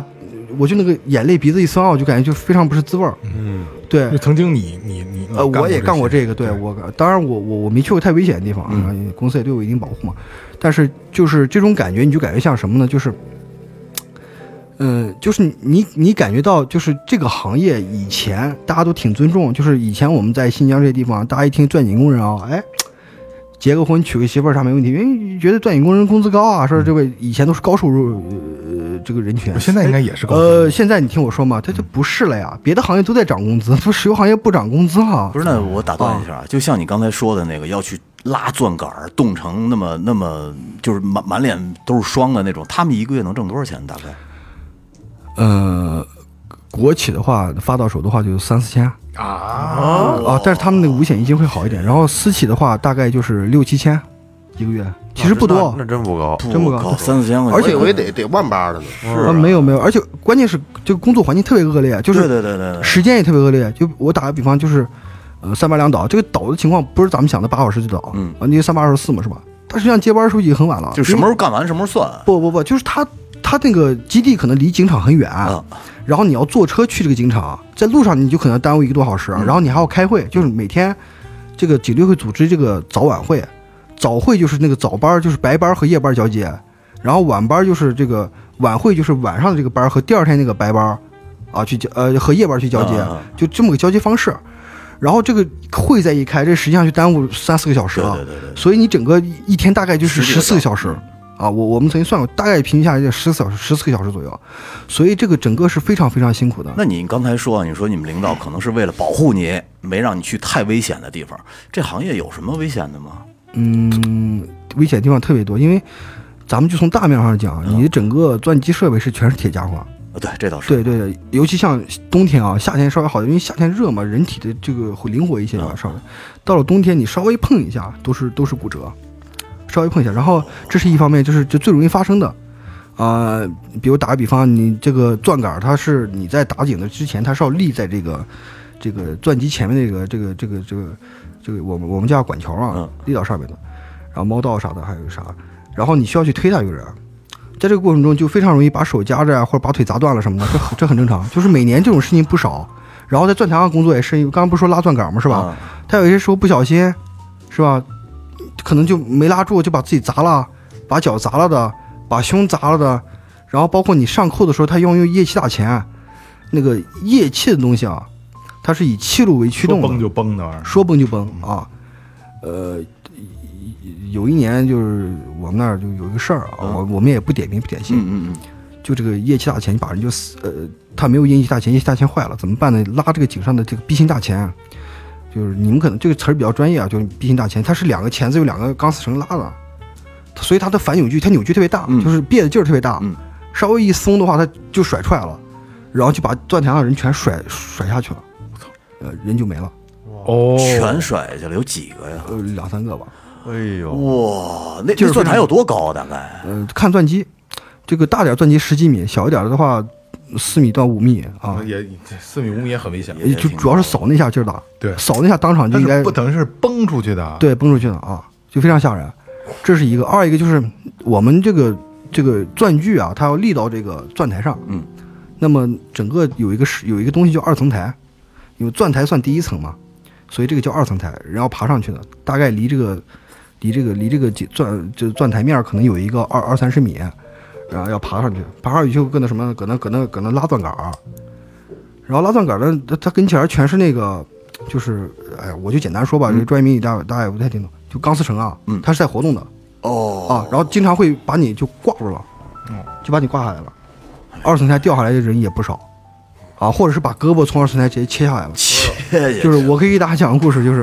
我就那个眼泪鼻子一酸啊，我就感觉就非常不是滋味儿。 嗯， 对就，曾经你你你呃，我也干过这这个，对我当然我我我没去过太危险的地方啊， 嗯公司也对我一定保护嘛。但是就是这种感觉，你就感觉像什么呢？就是，嗯、就是你你感觉到就是这个行业以前大家都挺尊重，就是以前我们在新疆这些地方，大家一听钻井工人啊，哎。结个婚娶个媳妇儿啥没问题，因为觉得钻井工人工资高啊，说这个以前都是高收入呃这个人群， 现在应该也是高收入。 呃，现在你听我说嘛，它它不是了呀，别的行业都在涨工资，说石油行业不涨工资了。 不是，那我打断一下， 啊就像你刚才说的那个，要去拉钻杆儿，冻成那么那么，就是满满脸都是霜的那种，他们一个月能挣多少钱？大概？ 呃，国企的话发到手的话就三四千啊啊，但是他们那个五险一金会好一点，然后私企的话大概就是六七千一个月，其实不多， 那真不高。 真不高三四千块钱， 而且我也得得万八的呢。 啊没有没有，而且关键是这个工作环境特别恶劣，就是对对对对对， 时间也特别恶劣。就我打个比方，就是呃三班两倒，这个倒的情况不是咱们想的八小时就倒， 嗯啊，你三八二十四嘛是吧？他实际上接班时候已经很晚了， 就什么时候干完什么时候算。 不不不，就是他他那个基地可能离警场很远， 啊然后你要坐车去这个警场，在路上你就可能耽误一个多小时， 嗯然后你还要开会，就是每天这个警队会组织这个早晚会，早会就是那个早班就是白班和夜班交接，然后晚班就是这个晚会就是晚上的这个班和第二天那个白班啊去交呃和夜班去交接， 啊就这么个交接方式。然后这个会再一开，这实际上就耽误三四个小时了， 对对对对所以你整个一天大概就是十四个小时。 嗯啊，我我们曾经算过，大概平均下来就十四小时、十四个小时左右，所以这个整个是非常非常辛苦的。 那你刚才说，你说你们领导可能是为了保护你，没让你去太危险的地方。这行业有什么危险的吗？ 嗯，危险地方特别多，因为咱们就从大面上讲，你的整个钻机设备是全是铁架化。 啊，对，这倒是。 对对对，尤其像冬天啊，夏天稍微好，因为夏天热嘛，人体的这个会灵活一些嘛，稍微。到了冬天，你稍微碰一下，都是都是骨折。稍微碰一下，然后这是一方面，就是就最容易发生的，啊、呃，比如打个比方，你这个钻杆，它是你在打井的之前，它是要立在这个这个钻机前面这个这个这个这个这个我们我们叫管桥啊，立到上面的，然后猫道啥的还有啥，然后你需要去推它一个人，在这个过程中就非常容易把手夹着呀、啊，或者把腿砸断了什么的，这这很正常，就是每年这种事情不少。然后在钻台上工作也是，刚刚不是说拉钻杆吗？是吧？他有些时候不小心，是吧？可能就没拉住，就把自己砸了，把脚砸了的，把胸砸了的，然后包括你上扣的时候，他要用液气大钳，那个液气的东西啊，它是以气路为驱动的， 说崩就崩的玩意儿， 说崩就崩啊。呃，有一年就是我们那儿就有一个事儿啊，我我们也不点名不点姓， 嗯嗯嗯， 就这个液气大钳把人就死，呃，他没有液气大钳，液气大钳坏了怎么办呢？拉这个井上的这个 B 型大钳。就是你们可能这个词儿比较专业啊，就是 B 型大钳，它是两个钳子有两个钢丝绳拉的，所以它的反扭矩，它扭矩特别大， 嗯、 就是别的劲儿特别大， 嗯、 稍微一松的话，它就甩出来了，然后就把钻台上的人全甩甩下去了，我操，呃，人就没了。 哦， 全甩下去了，有几个呀？ 呃，两三个吧。 哎呦， 哇，那就是钻台有多高？大概？ 呃，看钻机，这个大点钻机十几米，小一点的话。四米到五米啊， 也四米五米也很危险， 就主要是扫那下劲儿大， 对， 扫那下当场就应该不等于是崩出去的， 对，崩出去的啊，就非常吓人。这是一个，二一个就是我们这个这个钻具啊，它要立到这个钻台上， 嗯， 那么整个有一个是有一个东西叫二层台，因为钻台算第一层嘛，所以这个叫二层台，人要爬上去的，大概离这个离这个离这个钻就钻台面可能有一个二二三十米。然后要爬上去，爬上去就搁那什么，搁那搁那搁那拉钻杆儿，然后拉钻杆儿呢，它跟前全是那个，就是哎呀，我就简单说吧，这、嗯、专业名语大大家也不太听懂，就钢丝绳啊， 嗯， 它是在活动的， 哦啊，然后经常会把你就挂住了，嗯，就把你挂下来了，二层台掉下来的人也不少，啊，或者是把胳膊从二层台直接切下来了， 切， 就是我可以给大家讲个故事，就是，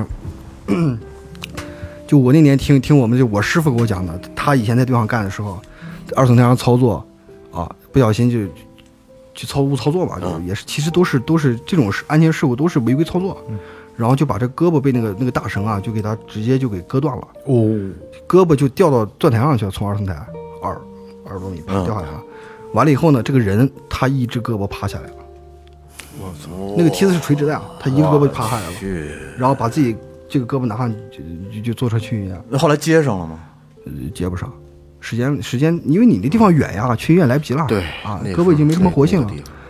就我那年听听我们就我师傅给我讲的，他以前在地方干的时候。二层台上操作，啊，不小心就去操误操作嘛，就也是其实都是都是这种安全事故都是违规操作，嗯、然后就把这胳膊被那个那个大绳啊，就给他直接就给割断了， 哦， 胳膊就掉到钻台上去了，从二层台二二十多米掉下来了，嗯、完了以后呢，这个人他一只胳膊趴下来了， 我操， 那个梯子是垂直的呀，他一个胳膊趴下来了，然后把自己这个胳膊拿上就就就坐车去医院。 那后来接上了吗？ 呃，接不上。时间时间，因为你那地方远呀，去医院来不及了。 对啊，胳膊已经没什么活性了。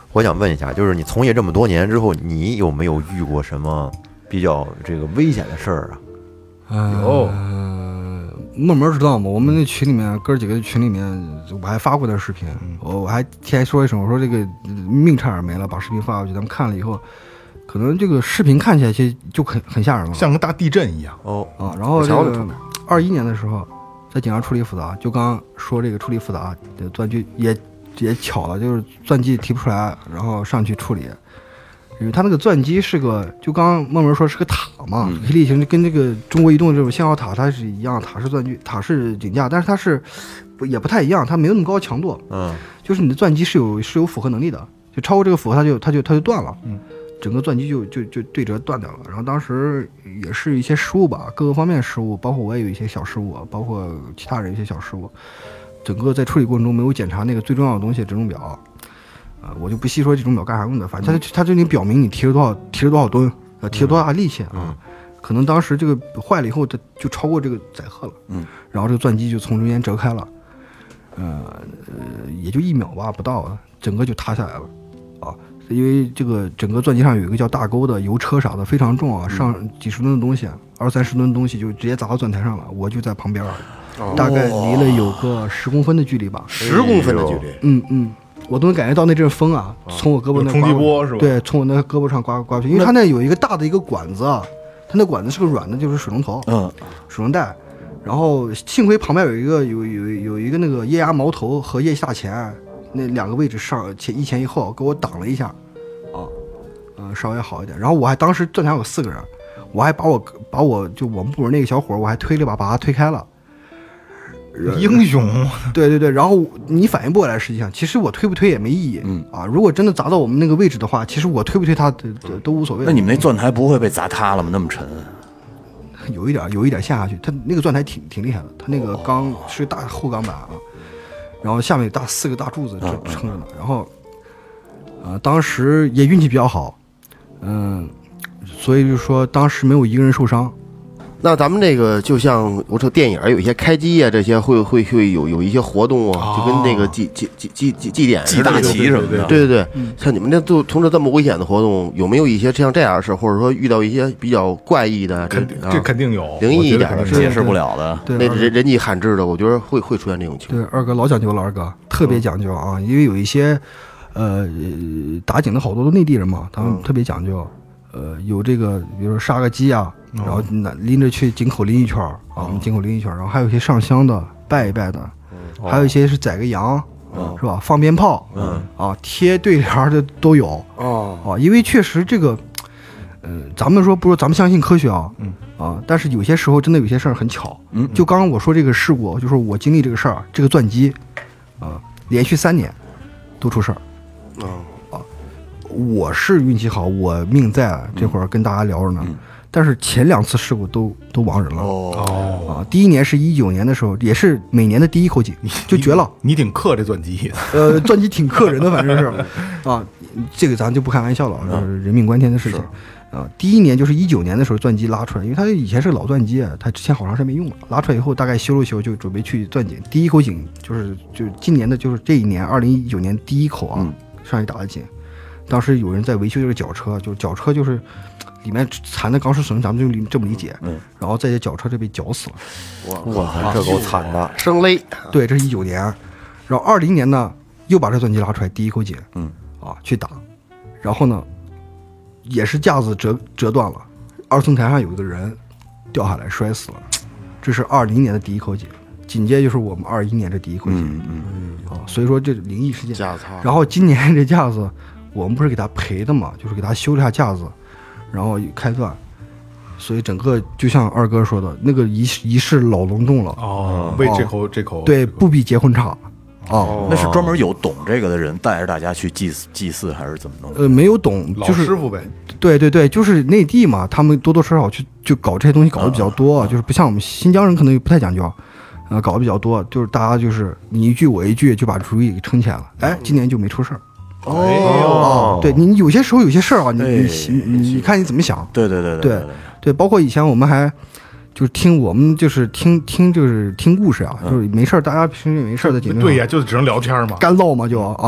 我想问一下，就是你从业这么多年之后，你有没有遇过什么比较这个危险的事儿啊？ 有，默默知道吗？我们那群里面，哥几个群里面，我还发过那视频，我我还提前说一声，我说这个命差点没了，把视频发过去，咱们看了以后，可能这个视频看起来其实就很很吓人了， 像个大地震一样。 哦啊，然后这个二一年的时候，在警察处理复杂，就刚刚说这个处理复杂的钻机也也巧了，就是钻机提不出来，然后上去处理。因为它那个钻机是个，就刚刚孟文说是个塔嘛，可以理解跟这个中国移动这种信号塔它是一样，塔式钻机，塔式井架，但是它是不也不太一样，它没有那么高强度， 嗯， 就是你的钻机是有是有负荷能力的，就超过这个负荷它就它就它就断了， 嗯， 整个钻机就就就对折断掉了。然后当时也是一些失误吧，各个方面失误，包括我也有一些小失误，包括其他人一些小失误，整个在处理过程中没有检查那个最重要的东西——指钟表。啊，我就不细说这种表干啥用的，反正它它就给你表明你提了多少提了多少吨，呃，提了多大力气啊。 嗯、 可能当时这个坏了以后，它就超过这个载荷了， 嗯， 然后这个钻机就从中间折开了，呃呃，也就一秒吧不到，整个就塌下来了，啊，因为这个整个钻机上有一个叫大钩的油车啥的非常重啊，上几十吨的东西，二三十吨的东西就直接砸到钻台上了，我就在旁边，哦、大概离了有个十公分的距离吧， 十公分的距离， 嗯嗯。我都能感觉到那阵风啊，从我胳膊那冲击波是吧？ 对，从我那胳膊上刮刮过去，因为它那有一个大的一个管子，它那管子是个软的，就是水龙头， 嗯， 水龙带。然后幸亏旁边有一个有有有一个那个液压毛头和液下钳，那两个位置上前一前一后给我挡了一下，啊，嗯，稍微好一点。然后我还当时钻台有四个人，我还把我把我就我们部门那个小伙，我还推了把把他推开了。 英雄， 对对对，然后你反应不过来，实际上其实我推不推也没意义， 嗯啊，如果真的砸到我们那个位置的话，其实我推不推它都都无所谓。 那你们那钻台不会被砸塌了吗？那么沉？ 有一点，有一点下下去，它那个钻台挺挺厉害的，它那个钢是个大厚钢板啊，然后下面有大四个大柱子撑着呢，然后，呃，当时也运气比较好，嗯，所以就说当时没有一个人受伤。 那咱们这个就像我说电影有一些开机啊，这些会会会有有一些活动啊，就跟那个祭祭祭祭祭祭典祭大旗什么的。 对对对，像你们这都从事这么危险的活动，有没有一些像这样的事，或者说遇到一些比较怪异的？ 肯这肯定有灵异一点的， 解释不了的。 对， 那人人迹罕至的，我觉得会会出现这种情况。 对，二哥老讲究了，二哥特别讲究啊，因为有一些呃打井的好多都内地人嘛，他们特别讲究。呃，有这个，比如说杀个鸡啊，然后拎着去井口拎一圈啊，我们井口拎一圈，然后还有一些上香的、拜一拜的，还有一些是宰个羊，是吧？放鞭炮，嗯啊，贴对联的都有哦啊，因为确实这个，呃，咱们说不是咱们相信科学啊，嗯啊，但是有些时候真的有些事儿很巧，嗯，就刚刚我说这个事故，就说我经历这个事儿，这个钻机，啊，连续三年都出事儿，嗯。我是运气好，我命在，这会儿跟大家聊着呢。嗯、但是前两次事故都都亡人了。哦啊，第一年是一九年的时候，也是每年的第一口井就绝了。 你, 你挺克这钻机的， 呃，钻机挺克人的，反正是啊，这个咱就不开玩笑了，这是人命关天的事情。啊，第一年就是一九年的时候，钻机拉出来，因为它以前是老钻机，它之前好长时间没用了，拉出来以后大概修了修，就准备去钻井。第一口井就是就是今年的，就是这一年二零一九年第一口啊，嗯、上去打的井。当时有人在维修这个绞车，就是绞车就是里面缠的钢丝绳，咱们就这么理解。嗯，然后在这绞车这被绞死了。 哇，哇，这够惨的， 生勒。 对，这是一九年，然后二零年呢，又把这钻机拉出来，第一口井，嗯，啊，去打，然后呢，也是架子折折断了，二层台上有一个人掉下来摔死了。这是二零年的第一口井，紧接着就是我们二一年这第一口井。嗯嗯嗯。啊，所以说这灵异事件。 架子。 然后今年这架子。我们不是给他赔的嘛，就是给他修了下架子，然后开钻，所以整个就像二哥说的那个仪式仪式老隆重了哦，为这口、哦、这口对，不比结婚差哦。 那是专门有懂这个的人带着大家去祭祭祀，还是怎么弄？ 呃，没有懂，就是老师傅呗。 对对对，就是内地嘛，他们多多少少去就搞这些东西搞得比较多，哦、就是不像我们新疆人可能不太讲究。呃，搞得比较多，就是大家就是你一句我一句就把主意给撑起来了，哎，今年就没出事儿。哦，对你有些时候有些事儿啊，你你你你看你怎么想？ 对对对对对，包括以前我们还就是听我们就是听听就是听故事啊，就是没事儿，大家平时没事儿的紧对呀，就只能聊天嘛， 干唠嘛就啊。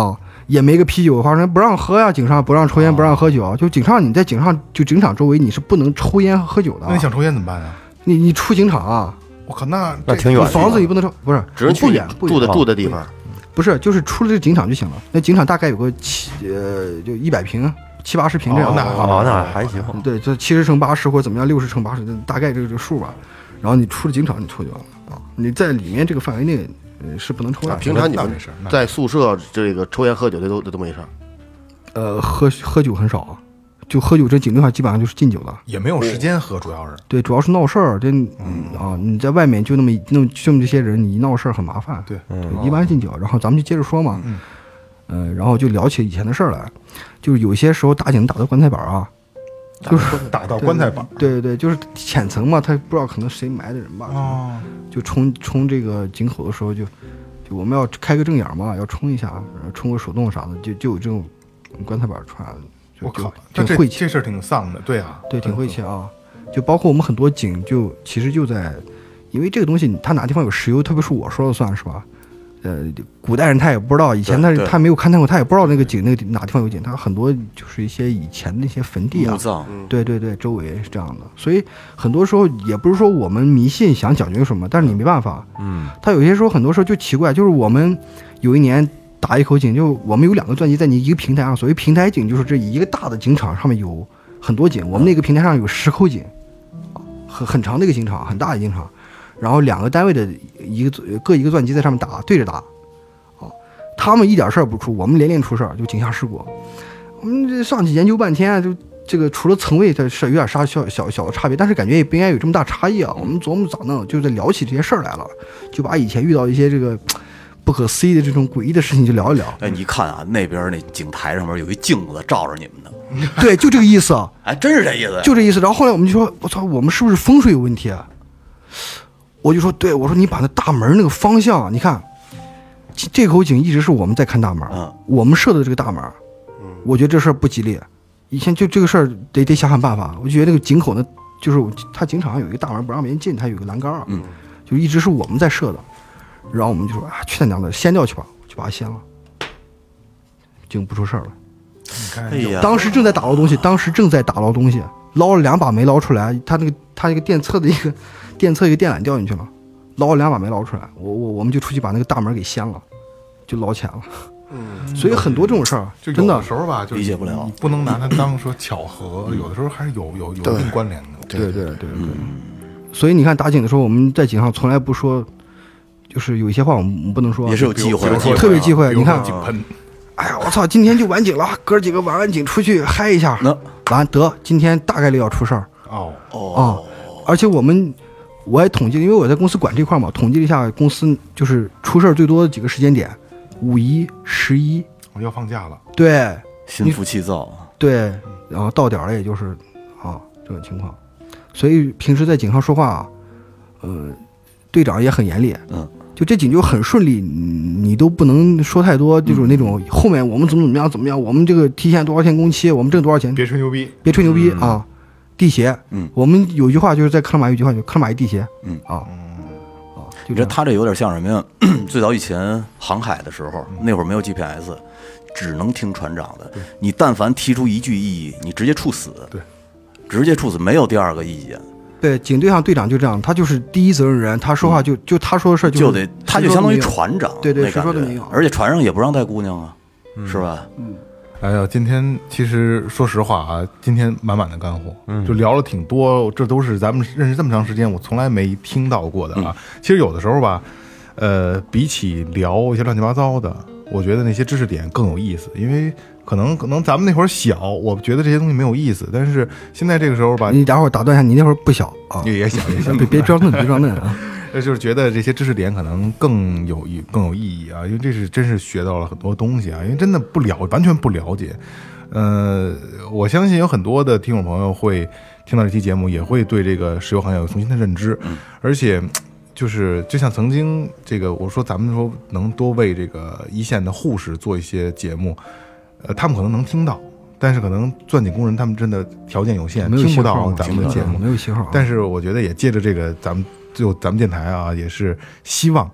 也没个啤酒花生不让喝呀，井上不让抽烟不让喝酒，就井上你在井上就警场周围你是不能抽烟和喝酒的。 那你想抽烟怎么办啊？ 你你出警场啊， 我靠，那那挺远的， 房子也不能抽，不是只能去不远不远住的住的地方。 不是，就是出了这个警场就行了。那警场大概有个七呃，就一百平、七八十平这样。 哦那哦，那还行。 对，就七十乘八十或者怎么样，六十乘八十，大概这个这个数吧。然后你出了警场，你抽就完了啊。你在里面这个范围内，呃，是不能抽的。 平常你们那没事，那在宿舍这个抽烟喝酒这都这都没事。 呃，喝喝酒很少啊，就喝酒这警队上基本上就是禁酒的。 也没有时间喝，主要是对，主要是闹事儿。这、嗯、啊，你在外面就那么那么就这么这些人，你一闹事儿很麻烦。 对， 对一般禁酒。然后咱们就接着说嘛， 嗯， 呃，然后就聊起以前的事儿来，就是有些时候打井打到棺材板啊。就是打到棺材板， 对对对，就是浅层嘛，他不知道可能谁埋的人吧， 哦， 就冲冲这个井口的时候就，就我们要开个正眼嘛，要冲一下，冲个手动啥的，就就有这种棺材板出来了，就我靠， 就这挺晦气， 这事儿挺丧的，对啊， 对，挺晦气啊。就包括我们很多井，就其实就在，因为这个东西它哪地方有石油，特别是我说了算是吧。呃，古代人他也不知道，以前他他没有勘探过，他也不知道那个井那个哪地方有井，他很多就是一些以前的那些坟地啊， 墓葬， 对对对，周围是这样的，所以很多时候也不是说我们迷信想讲究什么，但是你没办法， 嗯， 他有些时候很多时候就奇怪，就是我们有一年打一口井，就我们有两个钻机在你一个平台上，所谓平台井就是这一个大的井场上面有很多井，我们那个平台上有十口井，很很长的一个井场，很大的井场。然后两个单位的一个各一个钻机在上面打，对着打，啊，他们一点事儿不出，我们连连出事儿，就井下事故。我们这上去研究半天，就这个除了层位的是有点啥小小小的差别，但是感觉也不应该有这么大差异啊。我们琢磨咋弄，就在聊起这些事儿来了，就把以前遇到一些这个不可思议的这种诡异的事情就聊一聊。 哎，你看啊，那边那井台上面有一镜子照着你们呢。 对，就这个意思啊， 哎，真是这意思呀， 就这意思。然后后来我们就说，我操，我们是不是风水有问题啊？我就说，对，我说你把那大门那个方向，你看，这口井一直是我们在看大门， 嗯， 我们设的这个大门，我觉得这事儿不吉利。以前就这个事儿得得想想办法。我就觉得那个井口呢，就是它井场上有一个大门不让别人进，它有一个栏杆， 嗯， 就一直是我们在设的。然后我们就说啊，去他娘的，掀掉去吧，就把它掀了，井不出事儿了。 你看， 哎呀， 当时正在打捞东西，当时正在打捞东西，捞了两把没捞出来，他那个他那个电测的一个电测一个电缆掉进去了，捞了两把没捞出来，我我我们就出去把那个大门给掀了，就捞起来了。嗯，所以很多这种事儿， 就有真的的时候吧，就理解不了你不能拿它当说巧合，有的时候还是有有有一定关联的。 对对对对。所以你看打井的时候，我们在井上从来不说，就是有一些话我们不能说， 也是有忌讳的， 比如说特别忌讳。 比如你看， 说井喷， 哎呀，我操，今天就完井了，哥儿几个玩完井出去嗨一下， 那完得今天大概率要出事儿。 哦， 啊，而且我们我也统计，因为我在公司管这块嘛，统计了一下公司就是出事儿最多的几个时间点，五一、十一， 我要放假了， 对心浮气躁， 对，然后到点儿了，也就是啊这种情况，所以平时在井上说话，呃，队长也很严厉， 嗯， 就这井就很顺利，你都不能说太多，就是那种后面我们怎么怎么样怎么样，我们这个提前多少天工期，我们挣多少钱， 别吹牛逼， 别吹牛逼啊。地鞋， 嗯， 我们有一句话就是在克拉玛依有一句话，就克拉玛依地鞋， 嗯啊，啊，就你知道他这有点像什么呀？最早以前航海的时候，那会儿没有 G P S， 只能听船长的。你但凡提出一句异议，你直接处死。 对， 直接处死，没有第二个意见。 对，警队上队长就这样，他就是第一责任人，他说话就就他说的事儿就得，他就相当于船长， 对对， 谁说的没有。 而且船上也不让带姑娘啊，是吧？ 嗯。 哎呀，今天其实说实话啊，今天满满的干货，就聊了挺多，这都是咱们认识这么长时间我从来没听到过的啊。其实有的时候吧，呃，比起聊一些乱七八糟的，我觉得那些知识点更有意思，因为可能可能咱们那会儿小，我觉得这些东西没有意思，但是现在这个时候吧， 你待会儿打断一下，你那会儿不小啊， 也也小也小， 别别装嫩，别装嫩啊。 就是觉得这些知识点可能更有意更有意义啊，因为这是真是学到了很多东西啊，因为真的不了完全不了解，呃，我相信有很多的听众朋友会听到这期节目，也会对这个石油行业有重新的认知，而且就是就像曾经这个我说咱们说能多为这个一线的护士做一些节目，呃，他们可能能听到。但是可能钻井工人他们真的条件有限，听不到咱们的节目， 没有信号。 但是我觉得也借着这个咱们就咱们电台啊，也是希望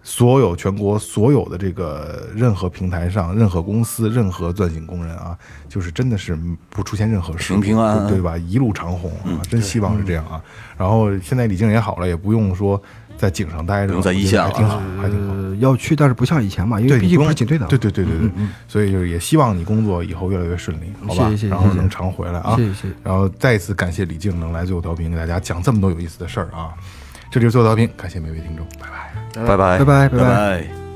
所有全国所有的这个任何平台上、任何公司、任何钻井工人啊，就是真的是不出现任何事故， 平平安安对吧？一路长虹啊，真希望是这样啊。然后现在李静也好了，也不用说在井上待着， 不用在一线了还挺好，还挺好。 呃，要去，但是不像以前嘛，因为对， 毕竟你不用不是警队的。 对对对对对，所以就是也希望你工作以后越来越顺利，好吧？ 谢谢谢谢然后能常回来啊。 谢谢谢谢然后再一次感谢李静能来最后调频给大家讲这么多有意思的事儿啊。这里是最后调频，感谢每位听众，拜拜。 拜拜拜拜拜拜拜。